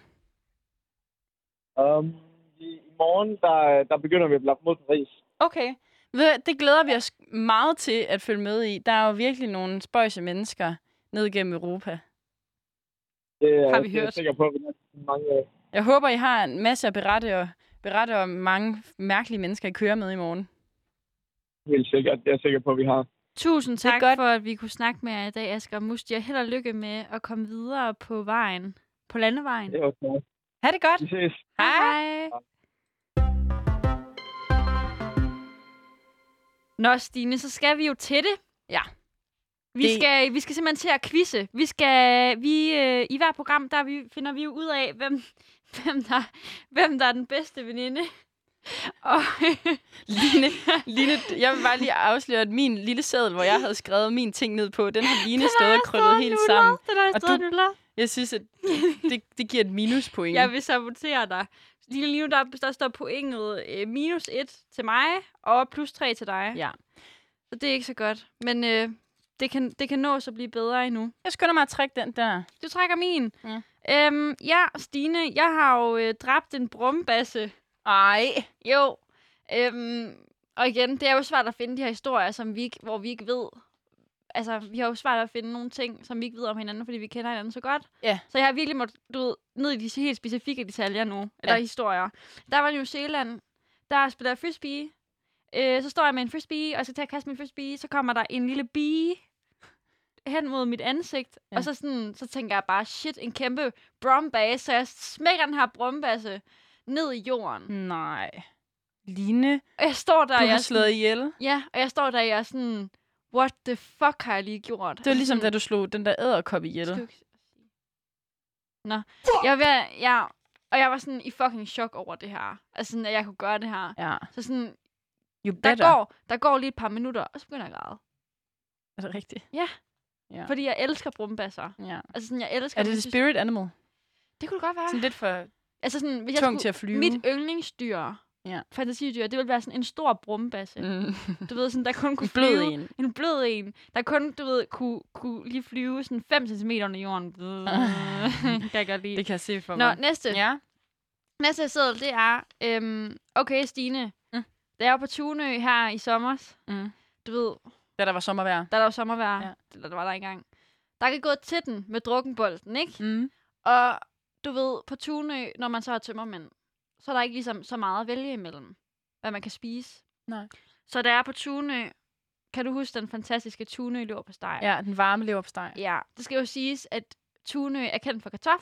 I morgen, der begynder vi at blive mod Paris. Okay. Det glæder vi os meget til at følge med i. Der er jo virkelig nogle spøjse mennesker ned gennem Europa. Det har vi hørt. Jeg er sikker på, at vi mange... Jeg håber, I har en masse at berette om mange mærkelige mennesker, I kører med i morgen. Helt sikkert. Det er jeg sikker på, at vi har. Tusind tak for, at vi kunne snakke med jer i dag, Asger og Musti. Held og lykke med at komme videre på vejen. På landevejen. Det er okay. Ha' det godt. Vi ses. Hej. Nå, Stine, så skal vi jo til det. Ja. Vi skal simpelthen til at quizze. I hver program, finder vi jo ud af, hvem der er den bedste veninde. Og Line, jeg vil bare lige afsløre, at min lille seddel, hvor jeg havde skrevet mine ting ned på, den har Line stået og krøllet helt sammen. Jeg synes, at det giver et minuspoint. Jeg vil sabotere dig. Lige nu, der står pointet -1 til mig, og +3 til dig. Ja. Så det er ikke så godt. Men det kan nås at blive bedre endnu. Jeg skynder mig at trække den der. Du trækker min. Ja. Stine, jeg har jo dræbt en brumbasse. Ej. Jo. Og igen, det er jo svært at finde de her historier, hvor vi ikke ved. Altså, vi har jo svært at finde nogle ting, som vi ikke ved om hinanden, fordi vi kender hinanden så godt. Ja. Så jeg har virkelig måttet ned i de helt specifikke detaljer nu. Eller historier. Der var New Zealand. Der spiller jeg frisbee. Så står jeg med en frisbee, og jeg skal til at kaste min frisbee. Så kommer der en lille bee hen mod mit ansigt. Ja. Og så tænker jeg bare, shit, en kæmpe brumbasse. Så jeg smækker den her brumbasse ned i jorden. Nej. Line, og jeg står der, du har slået ihjel. Ja, og jeg står der, og jeg er sådan, what the fuck har jeg lige gjort? Det var ligesom, da du slog den der edderkop ihjel. Nå. Og jeg var sådan i fucking chok over det her. Altså sådan, at jeg kunne gøre det her. Ja. Så sådan, der går lige et par minutter, og så begynder jeg at græde. Er det rigtigt? Ja. Ja. Fordi jeg elsker brumbasser. Ja. Altså sådan, jeg elsker... Er det spirit animal? Det kunne det godt være. Sådan lidt for altså sådan, hvis tungt til at flyve. Mit yndlingsdyr, fantasidyr, det ville være sådan en stor brumbasse. Du ved, sådan, der kun kunne flyve... En blød en. Der kun, du ved, kunne lige flyve sådan 5 cm under jorden. Kan jeg godt lide. Det kan jeg se for mig. Nå, næste. Ja. Næste seddel, det er... okay, Stine. Da jeg var på Tunø her i sommer, du ved... Da der var sommervejr. Da der var sommervejr. Ja. Eller der var der engang. Der kan gå til den med drukkenbolden, ikke? Og du ved, på Tunø, når man så har tømmermænd, så er der ikke ligesom så meget at vælge imellem, hvad man kan spise. Nej. Så der er på Tunø, kan du huske den fantastiske Tunø leverpostej? Ja, den varme leverpostej. Ja, det skal jo siges, at Tunø er kendt for kartofler,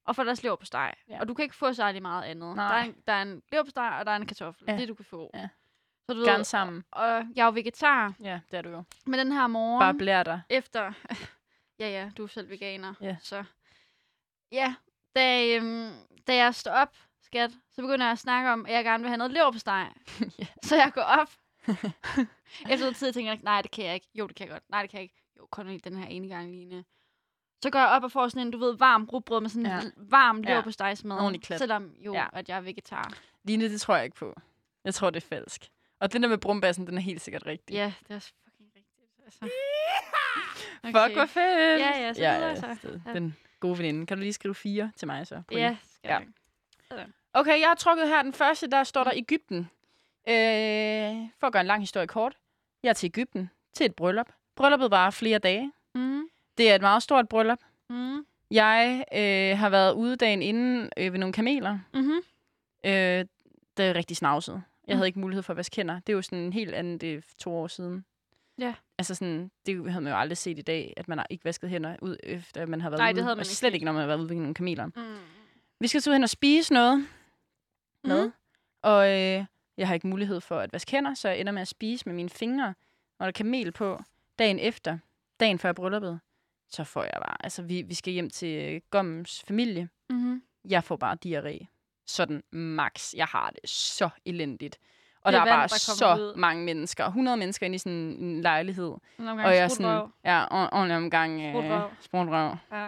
og får deres leverpostej. Ja. Og du kan ikke få særlig meget andet. Nej. Der er en leverpostej, og der er en kartoffel. Ja. Det du kan få. Ja. Så du Gerne sammen. Og jeg er jo vegetar, Ja, det er du jo. men den her morgen... Bare blær dig. Efter... ja, du er selv veganer. Ja. Så... Ja, da jeg står op, skat, så begynder jeg at snakke om, at jeg gerne vil have noget leverpostej. Ja. Så jeg går op. Efter noget tid tænker jeg, nej, det kan jeg ikke. Jo, det kan jeg godt. Nej, det kan jeg ikke. Jo, kun lige den her ene gang, Line. Så går jeg op og får sådan en, du ved, varm rugbrød med sådan en varm leverpostejsmad. Ordentlig klat. Selvom at jeg er vegetar. Line, det tror jeg ikke på. Jeg tror, det er falsk. Og den der med brumbassen, den er helt sikkert rigtig. Ja, det er også fucking rigtigt. Altså. Okay. Fuck, hvor fedt! Ja, så videre så. Den gode veninde. Kan du lige skrive 4 til mig så? Point? Ja, skal jeg. Sådan. Okay, jeg har trukket her den første, der står der Egypten. For at gøre en lang historie kort. Jeg er til Egypten, til et bryllup. Brylluppet var flere dage. Mm. Det er et meget stort bryllup. Mm. Jeg har været ude dagen inden ved nogle kameler. Mm-hmm. Det er rigtig snavset. Jeg havde ikke mulighed for at vaske hænder. Det er jo sådan en helt anden, det er 2 år siden. Ja. Altså sådan, det havde man jo aldrig set i dag, at man har ikke vasket hænder ud, efter at man har været Nej, ude. det havde man og ikke slet set. ikke, når man har været ude ved nogle kameler. Mm. Vi skal så ud hen og spise noget med. Og jeg har ikke mulighed for at vaske hænder, så jeg ender med at spise med mine fingre, og der er kamel på dagen efter, dagen før brylluppet. Så får jeg bare, altså vi skal hjem til Gommens familie. Mm-hmm. Jeg får bare diarré. Sådan max. Jeg har det så elendigt. Og Det der er er vand, bare der så kommer ud. mange mennesker. 100 mennesker inde i sådan en lejlighed. Og Og jeg er sådan, ja, ordentlig omgang sprutrøv. Ja.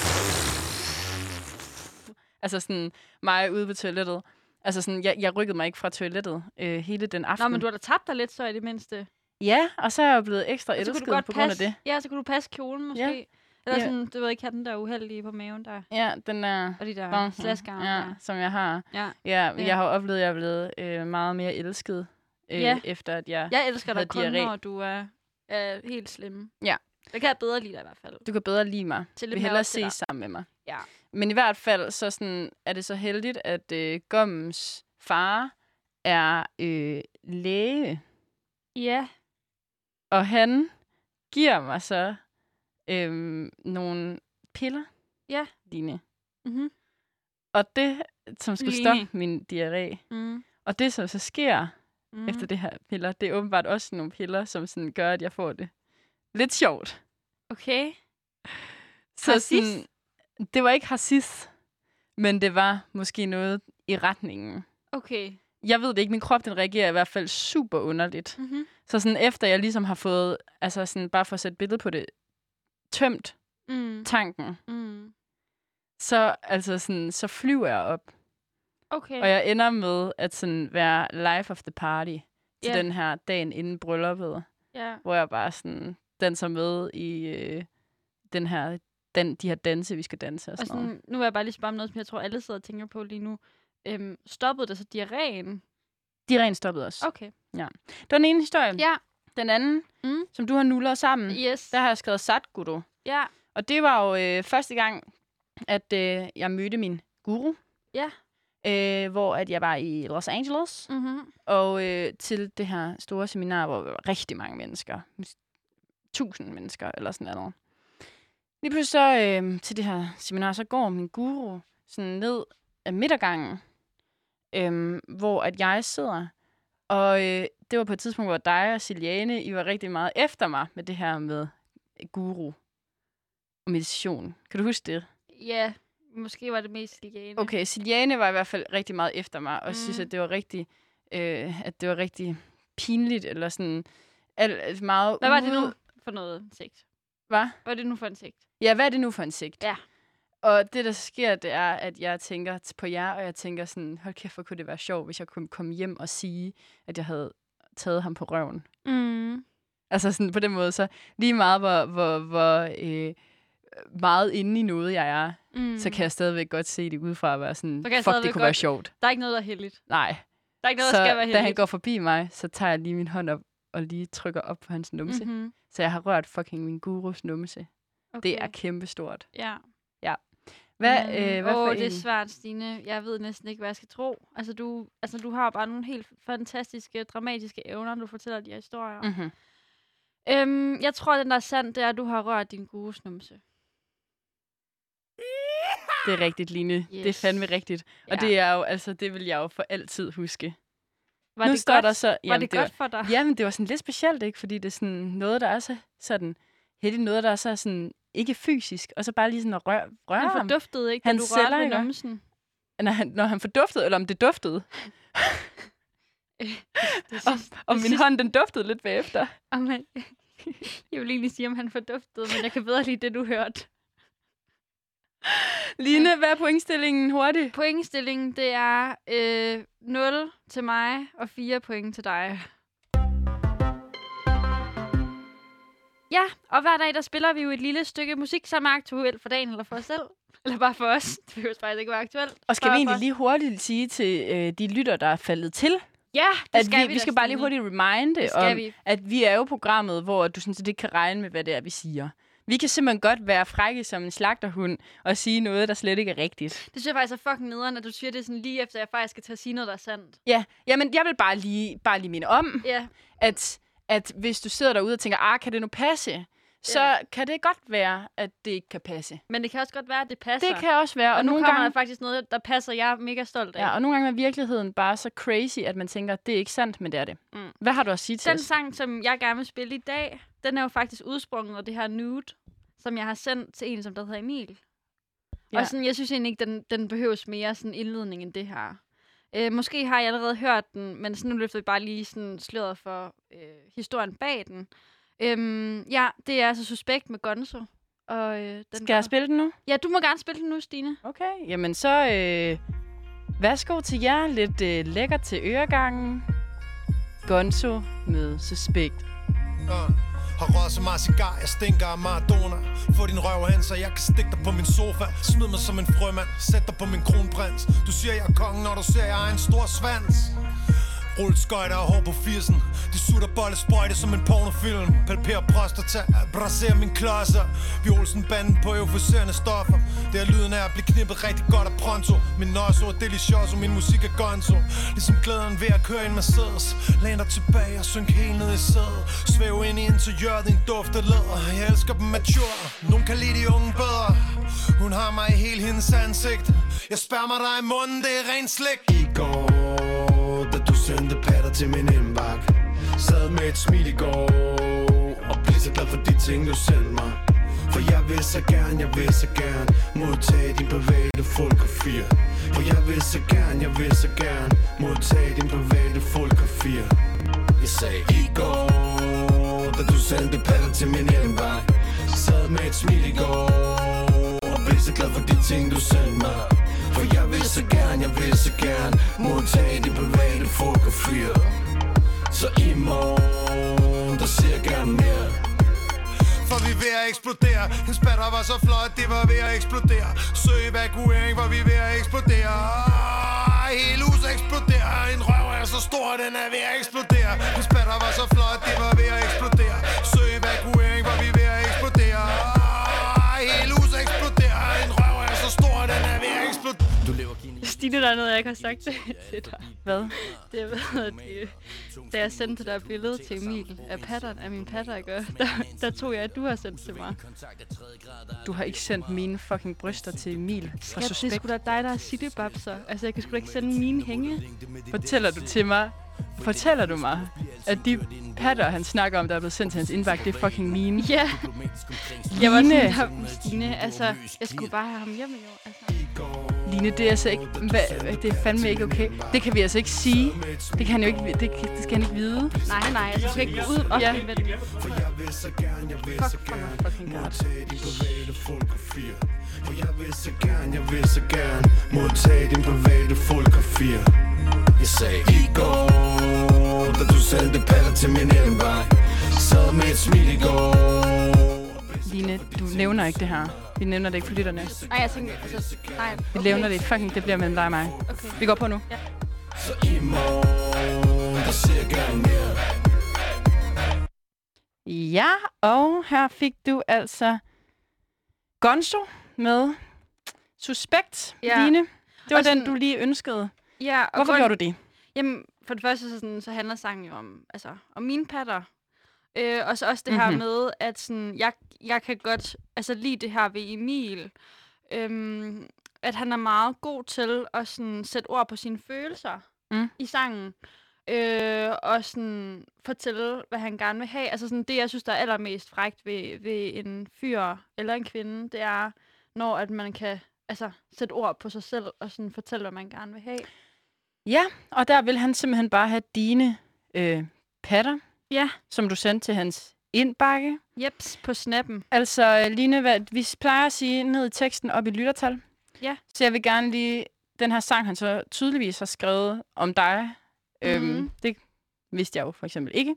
Altså sådan mig ude på toilettet. Altså sådan, jeg rykkede mig ikke fra toilettet hele den aften. Nå, men du har da tabt dig lidt så i det mindste. Ja, og så er jeg blevet ekstra Og så kunne elsket du godt på grund af passe, det. Ja, så kunne du passe kjolen måske. Ja. Eller Ja. sådan, du ved ikke, have den der uheldige på maven der. Ja, den er... Og de der slaskarme der. som jeg har. Ja. Ja, jeg har oplevet, at jeg er blevet meget mere elsket, efter at jeg elsker dig kun, diarré. når du er helt slemme. Ja. Det kan jeg bedre lide dig i hvert fald. Du kan bedre lide mig. Til Vil lidt hellere mere til dig. ses sammen med mig. Ja. Men i hvert fald, så sådan, er det så heldigt, at Gommens far er læge. Ja. Og han giver mig så nogle piller. Ja. Line. Mm-hmm. Og det, som skulle Line. stoppe min diarré. Mm. Og det, som så sker efter det her piller, det er åbenbart også nogle piller, som sådan gør, at jeg får det lidt sjovt. Okay. Så Hassis? sådan, det var ikke hassis, men det var måske noget i retningen. Okay. Jeg ved det ikke, min krop den reagerer i hvert fald super underligt. Mm-hmm. Så sådan efter jeg ligesom har fået, altså sådan bare for at sætte billede på det, tømt tanken, så altså sådan, så flyver jeg op. Okay. Og jeg ender med at sådan være life of the party til den her dagen inden brylluppet, hvor jeg bare sådan danser med i de her danse, vi skal danse og sådan noget. Nu vil jeg bare lige spørge om noget, som jeg tror, alle sidder og tænker på lige nu. Stoppede det så diarréen? De rent stoppede os. Okay. Ja. Det var den ene historie. Ja. Den anden, som du har nullet sammen, Yes. der har jeg skrevet Sadhguru. Ja. Og det var jo første gang, at jeg mødte min guru. Ja. Hvor at jeg var i Los Angeles. Mm-hmm. Og til det her store seminar, hvor der var rigtig mange mennesker. 1000 mennesker eller sådan noget. Lige pludselig så til det her seminar, så går min guru sådan ned af midtergangen, hvor at jeg sidder. Og det var på et tidspunkt, hvor dig og Siliane, I var rigtig meget efter mig med det her med guru og meditation. Kan du huske det? Ja, måske var det mest Siliane. Okay, Siliane var i hvert fald rigtig meget efter mig, og synes, at det var rigtig, pinligt, eller sådan alt meget Hvad var det nu for noget sigt? Hvad? Hvad var det nu for en sigt? Ja, hvad er det nu for en sigt? Ja. Og det, der sker, det er, at jeg tænker på jer, og jeg tænker sådan, hold kæft, hvor kunne det være sjovt, hvis jeg kunne komme hjem og sige, at jeg havde taget ham på røven. Mm. Altså sådan på den måde, så lige meget, hvor meget inde i noget jeg er, så kan jeg stadigvæk godt se det udefra at være sådan, fuck, det kunne være sjovt. Der er ikke noget, der er heldigt. Nej. Der er ikke noget, så der skal være heldigt. da han går forbi mig, så tager jeg lige min hånd op og lige trykker op på hans numse. Mm-hmm. Så jeg har rørt fucking min gurus numse. Okay. Det er kæmpestort. Ja. Ja. Hvad for det er svært, Stine. Jeg ved næsten ikke, hvad jeg skal tro. Altså, du har bare nogle helt fantastiske, dramatiske evner, du fortæller de her historier. Mm-hmm. Jeg tror, at den der er sand, det er, at du har rørt din gurus numse. Det er rigtigt, Line. Yes. Det er fandme rigtigt. Ja. Og det er jo, altså, det vil jeg jo for altid huske. Var Nu det står godt? der så, Var det godt for dig? Jamen, det var sådan lidt specielt, ikke? Fordi det er sådan noget, der er så sådan... Heldig noget, der er så sådan... Ikke fysisk, og så bare lige sådan at røre Han ham. forduftede ikke, da Hans du rørte celler, ved ikke? numsen. Når han forduftede, eller om det duftede. Og min hånd, den duftede lidt bagefter. Jeg vil egentlig sige, om han forduftede, men jeg kan bedre lide det, du hørte. Line, hvad er pointstillingen hurtigt? Pointstillingen, det er 0 til mig og 4 point til dig. Ja, og hver dag, der spiller vi jo et lille stykke musik, som er aktuelt for dagen eller for os selv. Eller bare for os. Det behøver faktisk ikke være aktuelt. Og skal vi egentlig lige hurtigt sige til de lytter, der er faldet til, ja, det at skal vi skal bare lige hurtigt reminde om, at vi er jo programmet, hvor du sådan set ikke kan regne med, hvad det er, vi siger. Vi kan simpelthen godt være frække som en slagterhund og sige noget, der slet ikke er rigtigt. Det synes jeg faktisk er fucking nederen, at du siger det sådan lige efter, jeg faktisk skal til at sige noget, der er sandt. Ja, jamen jeg vil bare lige minde om, at hvis du sidder derude og tænker, kan det nu passe? Så kan det godt være, at det ikke kan passe. Men det kan også godt være, at det passer. Det kan også være. Og nu kommer der faktisk noget, der passer, jeg er mega stolt af. Ja, og nogle gange er virkeligheden bare så crazy, at man tænker, det er ikke sandt, men det er det. Mm. Hvad har du at sige til Den sang, som jeg gerne vil spille i dag, den er jo faktisk udsprunget af det her nude, som jeg har sendt til en, som der hedder Emil. Ja. Og sådan, jeg synes egentlig ikke, den behøves mere sådan indledning end det her. Måske har jeg allerede hørt den, men sådan, nu løfter vi bare lige sådan sløret for historien bag den. Ja, det er altså Suspekt med Gonzo. Og, skal jeg spille den nu? Ja, du må gerne spille den nu, Stine. Okay, jamen så værsgo til jer. Lidt lækkert til øregangen. Gonzo med Suspekt. Har røget så meget cigar, jeg stinker af Maradona. Få din røv hen, så jeg kan stikke dig på min sofa. Smid mig som en frømand, sæt dig på min kronprins. Du siger, jeg er kongen, når du ser, jeg har en stor svans. Rulleskøjter og hår på 80'en. De sutter bollesprøjte som en pornofilm. Palperer prostata, braserer min klodser. Vi Olsen-banden på euforiserende stoffer. Det er lyden af at blive knippet rigtig godt af pronto. Min nosso er delicioso, min musik er gonzo. Ligesom glæden ved at køre en Mercedes. Læn dig tilbage og synk helt ned i sædet. Svæv ind i interiøret, din duft af læder. Jeg elsker dem mature, nogen kan lide de unge bedre. Hun har mig i hele hendes ansigt. Jeg spærmer dig i munden, det er rent slik. I går, da du sendte patter til min indbakke, sad med et smil i går og blev så glad for de ting du sendte mig. For jeg vil så gerne modtage din private fotografier. For jeg vil så gerne modtage din private fotografier. Jeg sagde i går, da du sendte patter til min indbakke, sad med et smil i går og blev så glad for de ting du sendte mig. For jeg vil så gerne modtage de private fotografier. Så i morgen, der ser jeg gerne mere. For vi er ved at eksplodere. Hendes batter var så flot, det var ved at eksplodere. Søg evakuering, for vi er ved at eksplodere. Hele huset eksploderer. En røv er så stor, den er ved at eksplodere. Hendes batter var så flot, det var ved at eksplodere. Søg evakuering, for vi er ved at eksplodere. Hele huset eksploderer. En røv er så stor, den er ved at eksplodere. Stine, der er noget, jeg ikke har sagt til dig. Hvad? Det er at da jeg sendte det der billede til Emil af min patter, ikke? Der tog jeg, at du har sendt til mig. Du har ikke sendt mine fucking bryster til Emil fra Suspekt. Det er sgu da dig, der er cittybabser. Altså, jeg kan sgu da ikke sende mine hænge. Fortæller du mig, at de patter, han snakker om, der er blevet sendt til hans indbakke, det er fucking mine? Ja. Jeg var sådan, Stine, altså, jeg skulle bare have ham hjemme, jo. Altså. Line, det er altså ikke, det er fandme ikke okay. Det kan vi altså ikke sige. Det kan han jo ikke, det skal han ikke vide. Nej, altså, du skal ikke gå ud og med det. Fucking god. For jeg vil så gerne modtage din private fotografier. Jeg sagde i går, da du sendte patter til min indbakke, sad med et smil i går. Line, du nævner ikke det her. Vi nævner det ikke for lytterne. Nej, jeg tænker, altså, nej. Vi nævner det fucking, det bliver mellem dig og mig. Okay. Vi går på nu. Ja. Så i morgen, der ser jeg gerne mere. Ja, og her fik du altså Gonzo med Suspekt, ja. Line. Det var sådan, den, du lige ønskede. Ja, og hvorfor gjorde du det? Jamen, for det første så handler sangen jo om mine patter. Og så også det her med, at sådan, jeg kan godt lide det her ved Emil. at han er meget god til at sådan, sætte ord på sine følelser i sangen. Og sådan fortælle, hvad han gerne vil have. Altså sådan, det, jeg synes, der er allermest frækt ved en fyr eller en kvinde, det er, når at man kan sætte ord på sig selv og sådan fortælle, hvad man gerne vil have. Ja, og der vil han simpelthen bare have dine patter, som du sendte til hans indbakke. Jeps, på snappen. Altså, Line, vi plejer at sige ned i teksten op i lyttertal. Ja. Så jeg vil gerne lige... Den her sang, han så tydeligvis har skrevet om dig. Det vidste jeg jo for eksempel ikke.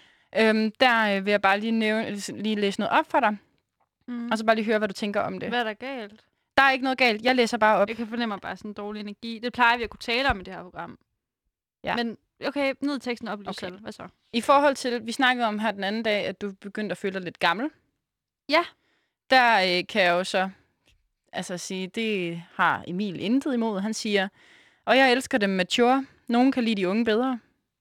Der vil jeg bare lige læse noget op for dig. Og så bare lige høre, hvad du tænker om det. Hvad er der galt? Der er ikke noget galt. Jeg læser bare op. Jeg kan fornemme bare sådan en dårlig energi. Det plejer vi at kunne tale om i det her program. Ja. Men okay, ned i teksten op lige selv. Hvad så? I forhold til, vi snakkede om her den anden dag, at du begyndte at føle dig lidt gammel. Ja. Der kan jeg jo så sige, det har Emil intet imod. Han siger, og jeg elsker dem mature. Nogen kan lide de unge bedre.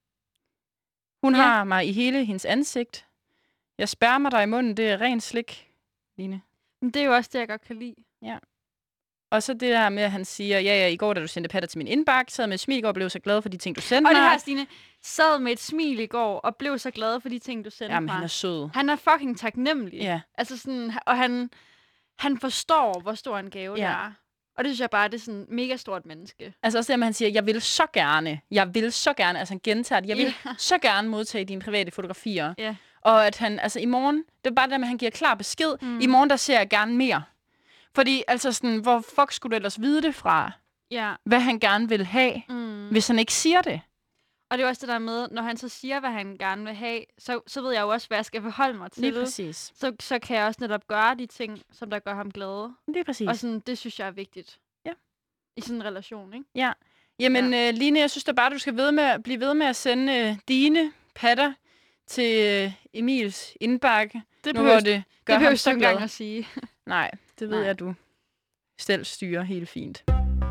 Hun har mig i hele hendes ansigt. Jeg spærmer dig i munden, det er ren slik, Line. Men det er jo også det, jeg godt kan lide. Ja. Og så det der med, at han siger, ja, i går, da du sendte patter til min indbakke, sad med et smil i går og blev så glad for de ting, du sendte mig. Og mig. det her, Stine, sad med et smil i går og blev så glad for de ting, du sendte mig. Jamen, han er sød. Han er fucking taknemmelig. Ja. Altså sådan, og han forstår, hvor stor en gave det er. Og det synes jeg bare, det er sådan mega stort menneske. Altså også det, at han siger, jeg vil så gerne, altså han gentager det, jeg vil så gerne modtage dine private fotografier. Ja. Og at han, altså i morgen, det er bare det med, at han giver klar besked. I morgen, der ser jeg gerne mere. Fordi, altså sådan, hvor fuck skulle du ellers vide det fra? Ja. Hvad han gerne vil have, hvis han ikke siger det. Og det er også det der med, når han så siger, hvad han gerne vil have, så ved jeg jo også, hvad jeg skal forholde mig til. Lige præcis. Så kan jeg også netop gøre de ting, som der gør ham glade. Lige præcis. Og sådan, det synes jeg er vigtigt. Ja. I sådan en relation, ikke? Ja. Jamen, Line, jeg synes da bare, du skal blive ved med at sende dine patter til Emils indbakke. Det behøver det gør ham så glad engang at sige. Nej, det ved jeg, du selv styrer helt fint.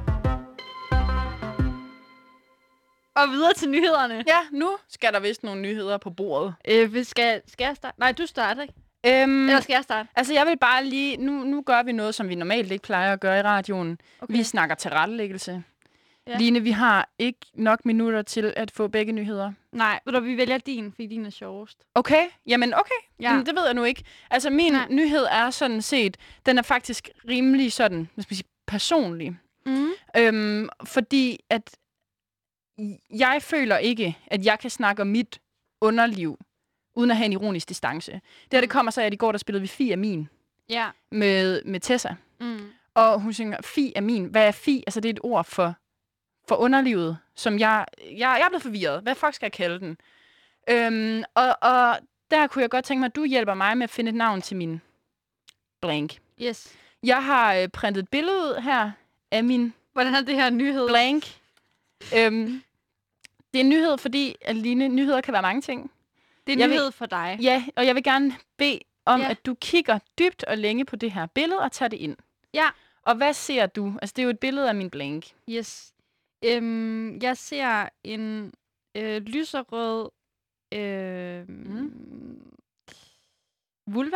Og videre til nyhederne. Ja, nu skal der vist nogle nyheder på bordet. Skal jeg starte? Nej, du starter ikke. Eller skal jeg starte? Altså, jeg vil bare lige... Nu gør vi noget, som vi normalt ikke plejer at gøre i radioen. Okay. Vi snakker tilrettelæggelse. Ja. Line, vi har ikke nok minutter til at få begge nyheder. Nej, ved du, vi vælger din, fordi din er sjovest. Okay, jamen okay. Ja. Jamen, det ved jeg nu ikke. Altså, min nyhed er sådan set... Den er faktisk rimelig sådan, hvad skal man sige, personlig. Fordi at... Jeg føler ikke, at jeg kan snakke om mit underliv, uden at have en ironisk distance. Det her, det kommer så, at i går, der spillede vi Fi er min med Tessa. Og hun synger, Fi er min. Hvad er Fi? Altså, det er et ord for underlivet, som jeg er blevet forvirret. Hvad fuck skal jeg kalde den? Og der kunne jeg godt tænke mig, at du hjælper mig med at finde et navn til min blank. Yes. Jeg har printet et billede ud her af min... Hvordan er det her nyhed? Blank. Det er en nyhed, fordi Aline, nyheder kan være mange ting. Det er en nyhed for dig. Ja, og jeg vil gerne bede om, at du kigger dybt og længe på det her billede og tager det ind. Ja. Og hvad ser du? Altså, det er jo et billede af min blank. Yes. Jeg ser en lyserød vulva.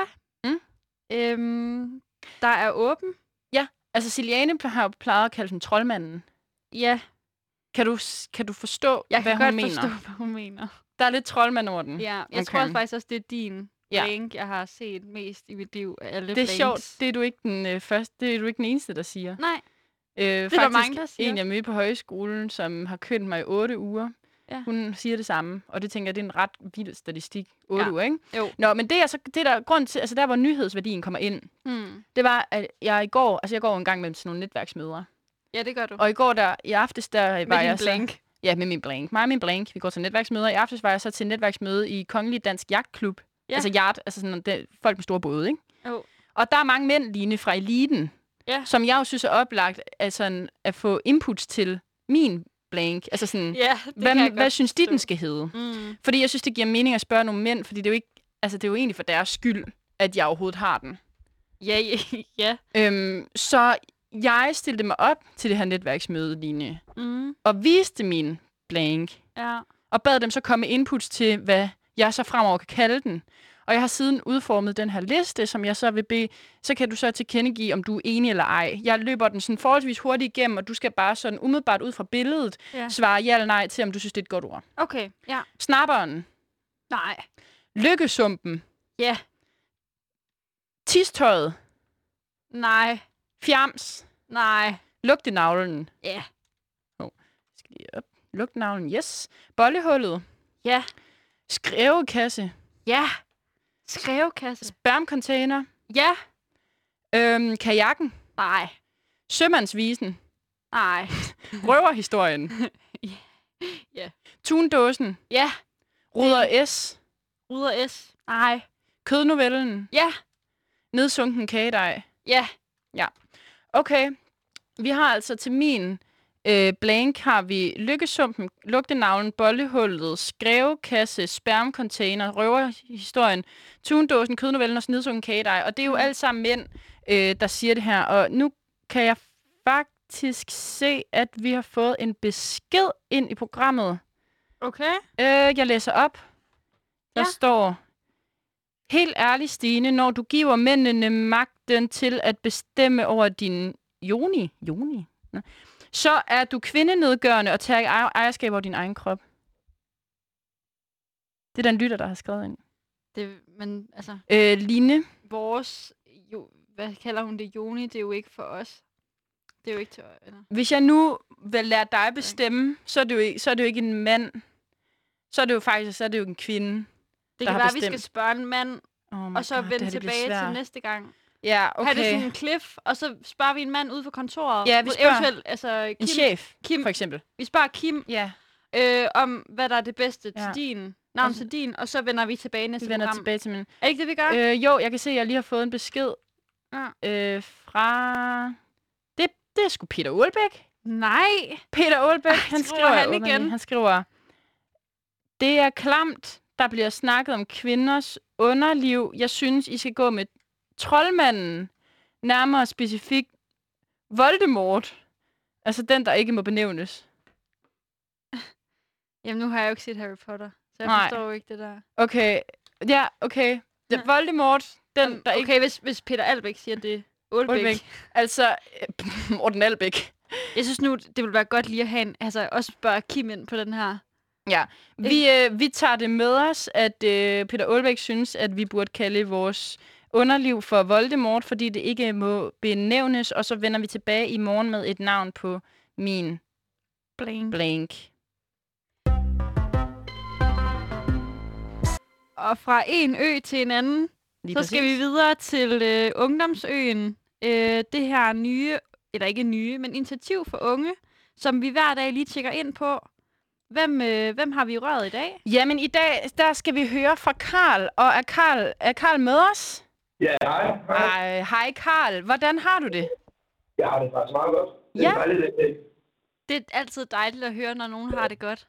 Der er åben. Ja, altså Siliane har plejet at kalde den troldmanden. Ja. Kan du forstå, hvad hun mener? Jeg kan godt forstå, hvad hun mener. Der er lidt troldmand over den. Ja, jeg tror også faktisk også, det er din blank, jeg har set mest i mit liv af alle det er blanks. Sjovt, det er du ikke den første, det er du ikke den eneste, der siger. Nej, det er der mange, der siger. En, jeg mødte på højskolen, som har kønt mig i 8 uger. Ja. Hun siger det samme, og det tænker jeg, det er en ret vild statistik. 8 uger, ikke? Jo. Nå, men det er så det der grund til, altså der hvor nyhedsværdien kommer ind. Det var, at jeg går en gang mellem sådan nogle netværksmøder. Ja, det gør du. Og i går i aftes, der var jeg blank. Så... Ja, med min blank. Mig og min blank. Vi går til netværksmøder. I aftes var jeg så til netværksmøde i Kongelig Dansk Jagtklub. Ja. Altså yacht, altså sådan folk med store både, ikke? Jo. Og der er mange mænd, Line, fra eliten, som jeg jo synes er oplagt at få inputs til min blank. Altså sådan, hvad synes de, den skal hedde? Fordi jeg synes, det giver mening at spørge nogle mænd, fordi det er jo ikke, altså det er jo egentlig for deres skyld, at jeg overhovedet har den. Ja. Så jeg stillede mig op til det her netværksmøde, Line, og viste min blank, og bad dem så komme med inputs til, hvad jeg så fremover kan kalde den. Og jeg har siden udformet den her liste, som jeg så vil bede. Så kan du så tilkendegive, om du er enig eller ej. Jeg løber den sådan forholdsvis hurtigt igennem, og du skal bare sådan umiddelbart ud fra billedet svare ja eller nej til, om du synes, det er et godt ord. Okay, ja. Snapperen. Nej. Lykkesumpen. Ja. Tistøjet. Nej. Fjams. Nej. Lugtenavlen. Ja. Skal lige op. Lugtenavlen, yes. Bollehullet. Ja. Skrevekasse. Ja. Skrevekasse. Spermcontainer. Ja. Kajakken. Nej. Sømandsvisen. Nej. Røverhistorien. Ja. Tundåsen. Ja. Ruder S. Ruder S. Nej. Kødnovellen. Ja. Nedsunken kagedej. Ja. Ja. Okay. Vi har altså til min blank har vi lykkesumpen, lugtenavlen, bollehullet, skrevekasse, spermcontainer, røverhistorien, tundåsen, kødnovellen og nedsunken kagedej. Og det er jo alt sammen mænd, der siger det her. Og nu kan jeg faktisk se, at vi har fået en besked ind i programmet. Okay. Jeg læser op. Der står: helt ærligt, Stine, når du giver mændene magten til at bestemme over din joni, så er du kvindenedgørende og tager ejerskab over din egen krop. Det er den lytter, der har skrevet ind. Men altså... Line? Vores... hvad kalder hun det? Joni, det er jo ikke for os. Det er jo ikke til... Eller? Hvis jeg nu vil lade dig bestemme, så er det jo ikke en mand. Så er det jo en kvinde. Det kan være, at vi skal spørge en mand, og så vende tilbage til næste gang. Ja, okay. Har det sådan en cliff, og så spørger vi en mand ude for kontoret. Ja, vi spørger eventuelt, altså, Kim, en chef, Kim, for eksempel. Vi spørger Kim, om hvad der er det bedste til din navn til din, og så vender vi tilbage næste program. Tilbage til min. Er det ikke det, vi gør? Jo, jeg kan se, at jeg lige har fået en besked fra... Det er sgu Peter Aalbæk. Nej. Peter Aalbæk, han skriver, det er klamt, der bliver snakket om kvinders underliv. Jeg synes, I skal gå med troldmanden, nærmere specifikt Voldemort. Altså den, der ikke må benævnes. Jamen, nu har jeg jo ikke set Harry Potter, så jeg forstår jo ikke det der. Okay, ja, okay. Voldemort, den, der ikke... Okay, hvis Peter Aalbæk siger det. Aalbæk. Altså, Morten Albæk. Jeg synes nu, det vil være godt lige at have en... Altså, også spørge Kim ind på den her. Ja, vi tager det med os, at Peter Aalbæk synes, at vi burde kalde vores underliv for Voldemort, fordi det ikke må benævnes, og så vender vi tilbage i morgen med et navn på min blank. Og fra en ø til en anden, så skal vi videre til Ungdomsøen. Det her nye, eller ikke nye, men initiativ for unge, som vi hver dag lige tjekker ind på. Hvem har vi i røret i dag? Jamen i dag, der skal vi høre fra Karl. Og er Karl med os? Ja, hej. Hej Karl. Hvordan har du det? Jeg har det faktisk meget godt. Det er dejligt. Det er altid dejligt at høre, når nogen har det godt.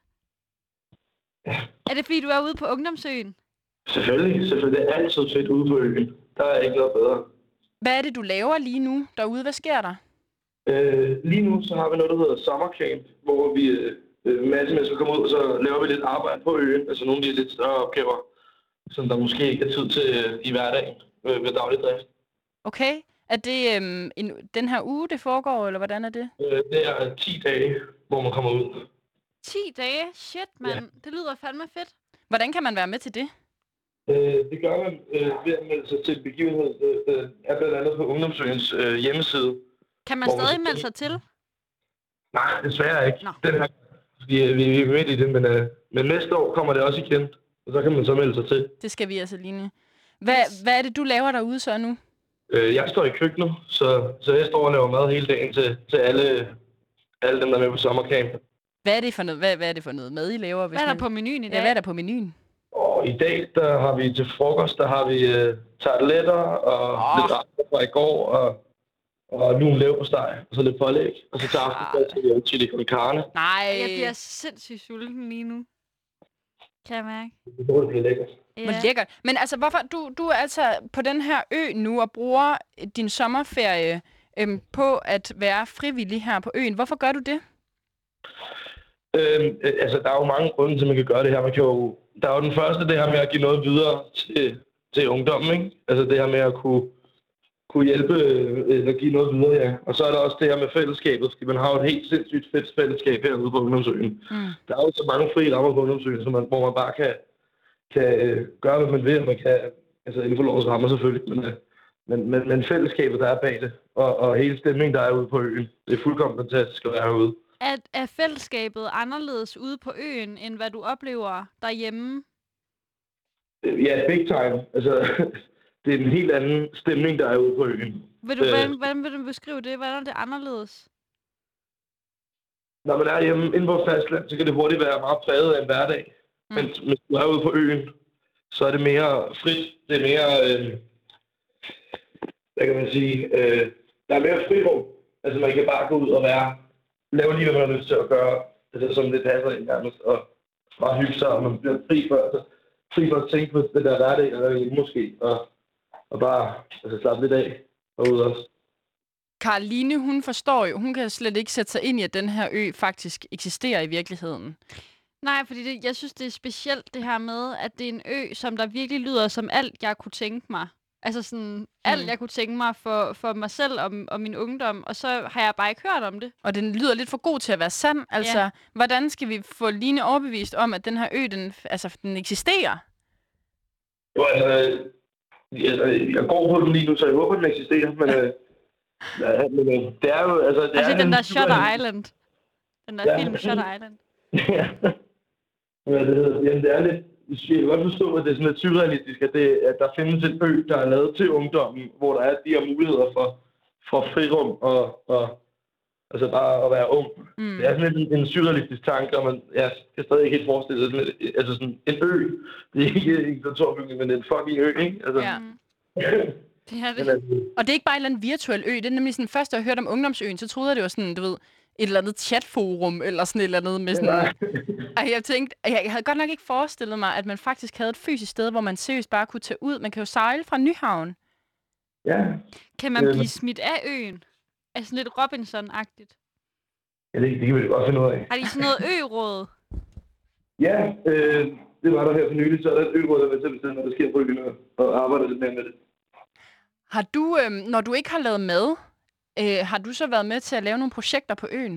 Ja. Er det fordi, du er ude på Ungdomsøen? Selvfølgelig. Det er altid fedt ude på øen. Der er ikke noget bedre. Hvad er det, du laver lige nu derude? Hvad sker der? Lige nu så har vi noget, der hedder Sommercamp, hvor vi masse mennesker kommer ud, og så laver vi lidt arbejde på øen. Altså nogle af de lidt større opgaver, som der måske ikke er tid til i hverdagen ved daglig drift. Okay. Er det den her uge, det foregår, eller hvordan er det? Det er 10 dage, hvor man kommer ud. 10 dage? Shit, mand. Ja. Det lyder fandme fedt. Hvordan kan man være med til det? Det gør man ved at melde sig til begivenhed. Det er blandt andet på Ungdomsøens hjemmeside. Kan man stadig melde sig til? Nej, desværre ikke. Den her, vi er midt i det, men næste år kommer det også igen, og så kan man så melde sig til. Det skal vi altså, Line. Hvad er det, du laver derude så nu? Jeg står i køkkenet, så jeg står og laver mad hele dagen til alle dem, der er med på sommercamp. Hvad er det for noget, hvad er det for noget mad, I laver? Hvad er der på menuen i dag? Ja, hvad er der på menuen? Og i dag, der har vi til frokost, der har vi tarteletter og lidt rester fra i går, og nu en leverpostej, og så lidt pålæg. Og så til aften, så vi chili con carne. Nej. Jeg bliver sindssygt sulten lige nu. Kan jeg mærke. Det bliver lækkert. Ja. Lækkert. Men altså, hvorfor du er altså på den her ø nu og bruger din sommerferie på at være frivillig her på øen. Hvorfor gør du det? Altså, der er jo mange grunde til, man kan gøre det her. Der er jo den første, det her med at give noget videre til ungdommen, ikke? Altså det her med at kunne hjælpe eller give noget videre, ja. Og så er der også det her med fællesskabet, fordi man har jo et helt sindssygt fedt fællesskab herude på Ungdomsøen. Der er jo så mange frie rammer på Ungdomsøen, hvor man bare kan gøre, hvad man vil, og man kan, altså inden for lovens rammer selvfølgelig, men fællesskabet, der er bag det, og hele stemningen, der er ude på øen, det er fuldkommen fantastisk at være herude. Er fællesskabet anderledes ude på øen, end hvad du oplever derhjemme? Ja, big time. Altså, det er en helt anden stemning, der er ude på øen. Hvordan vil du beskrive det? Hvordan er det anderledes? Når man er hjemme inde på fastland, så kan det hurtigt være meget præget af en hverdag. Men hvis du er ude på øen, så er det mere frit. Det er mere, hvad kan man sige, der er mere frirum. Altså man kan bare gå ud og lave lige, hvad man har lyst til at gøre, altså, som det passer ind nærmest, og bare hygge sig, og man bliver fri for at tænke på det der hverdag, eller måske, og bare slappe lidt af herude også. Caroline, hun forstår jo, hun kan slet ikke sætte sig ind i, at den her ø faktisk eksisterer i virkeligheden. Nej, fordi jeg synes, det er specielt det her med, at det er en ø, som der virkelig lyder som alt, jeg kunne tænke mig. Altså sådan alt, jeg kunne tænke mig for mig selv og min ungdom, og så har jeg bare ikke hørt om det. Og den lyder lidt for god til at være sand. Altså, hvordan skal vi få Line overbevist om, at den her ø, den eksisterer? Jo, altså, jeg går på den lige nu, så jeg håber, den eksisterer, men det er jo... Altså, den der Shutter Island. Den der film Shutter Island. Ja. Jamen, det er lidt... Jeg kan godt forstå, at det er sådan lidt surrealistisk, at der findes en ø, der er lavet til ungdommen, hvor der er de her muligheder for frirum og altså bare at være ung. Det er sådan lidt en surrealistisk tanke, og jeg kan stadig ikke helt forestille sig, altså sådan en ø. Det er ikke en kontorbygning, men det er en fucking ø, ikke? Altså, ja. Det er det. Og det er ikke bare en eller anden virtuel ø. Det er nemlig sådan, først, da jeg hørte om Ungdomsøen, så troede jeg, det var sådan, du ved, et eller andet chatforum, eller sådan et eller andet med sådan... Jeg tænkte, jeg havde godt nok ikke forestillet mig, at man faktisk havde et fysisk sted, hvor man seriøst bare kunne tage ud. Man kan jo sejle fra Nyhavn. Ja. Kan man blive smidt af øen? Altså lidt Robinson-agtigt? Ja, det kan vi godt finde ud af. Har de sådan noget ø-råd? Ja, det var der her for nylig, så er der et ø-råd, der vil til at bestemme, hvad der sker på øen, og arbejder lidt mere med det. Har du, når du ikke har lavet mad, har du så været med til at lave nogle projekter på øen?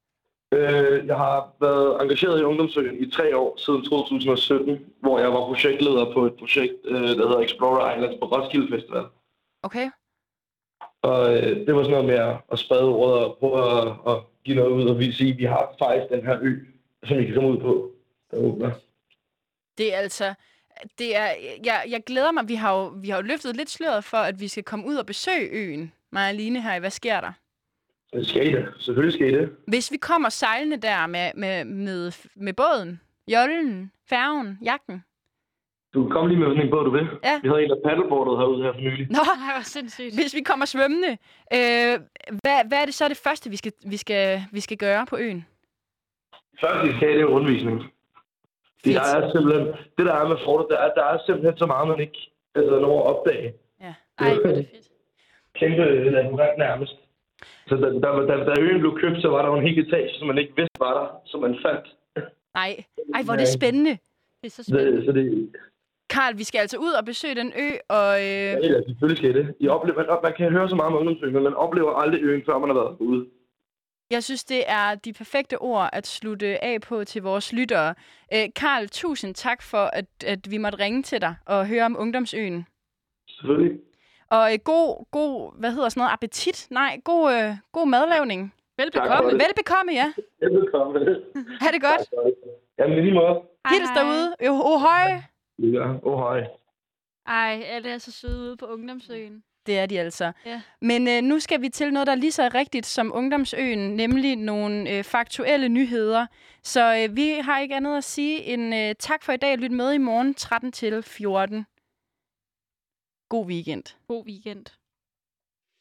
Jeg har været engageret i Ungdomsøen i 3 år, siden 2017, hvor jeg var projektleder på et projekt, der hedder Explorer Islands på Roskilde Festival. Okay. Og det var sådan noget med at sprede ordet og prøve at give noget ud, og vi sige, at vi har faktisk den her ø, som vi kan komme ud på, der åbner. Det er altså... Jeg glæder mig. Vi har jo løftet lidt sløret for, at vi skal komme ud og besøge øen. Mig og Line her. Hvad sker der? Det skal I det. Selvfølgelig skal I det. Hvis vi kommer sejlende der med båden, jollen, færgen, jakken. Du kan komme lige med en båd, du vil. Ja. Vi havde en, der paddleboardet herude her for nylig. Nå, Det var sindssygt. hvis vi kommer svømmende, hvad er det så det første, vi skal gøre på øen? Først vi skal have det undervisning. Det er simpelthen, det der er med fortet, der er simpelthen så meget, man ikke når at opdage. Ja. Ej, hvor er det fedt. Kæmpe labyrint nærmest. Så da øen blev købt, så var der jo en hel etage, som man ikke vidste var der, som man fandt. Ej, hvor er det spændende. Det er så spændende. Karl, vi skal altså ud og besøge den ø, og... Ja, selvfølgelig skal det. Man kan høre så meget om Ungdomsøen, men man oplever aldrig øen, før man har været ude. Jeg synes, det er de perfekte ord at slutte af på til vores lyttere. Karl, tusind tak for, at vi måtte ringe til dig og høre om Ungdomsøen. Selvfølgelig. Og god, hvad hedder sådan noget, appetit? Nej, god madlavning. Velbekomme. Velbekomme, ja. Velbekomme. Ha' det godt. Jamen, lige måde. Hils derude. Ohøj. Ja, ohøj. Ej, alle er så søde ude på Ungdomsøen. Det er de altså. Ja. Men nu skal vi til noget, der er lige så rigtigt som Ungdomsøen, nemlig nogle faktuelle nyheder. Så vi har ikke andet at sige end tak for i dag. Lyt med i morgen 13 til 14. God weekend. God weekend.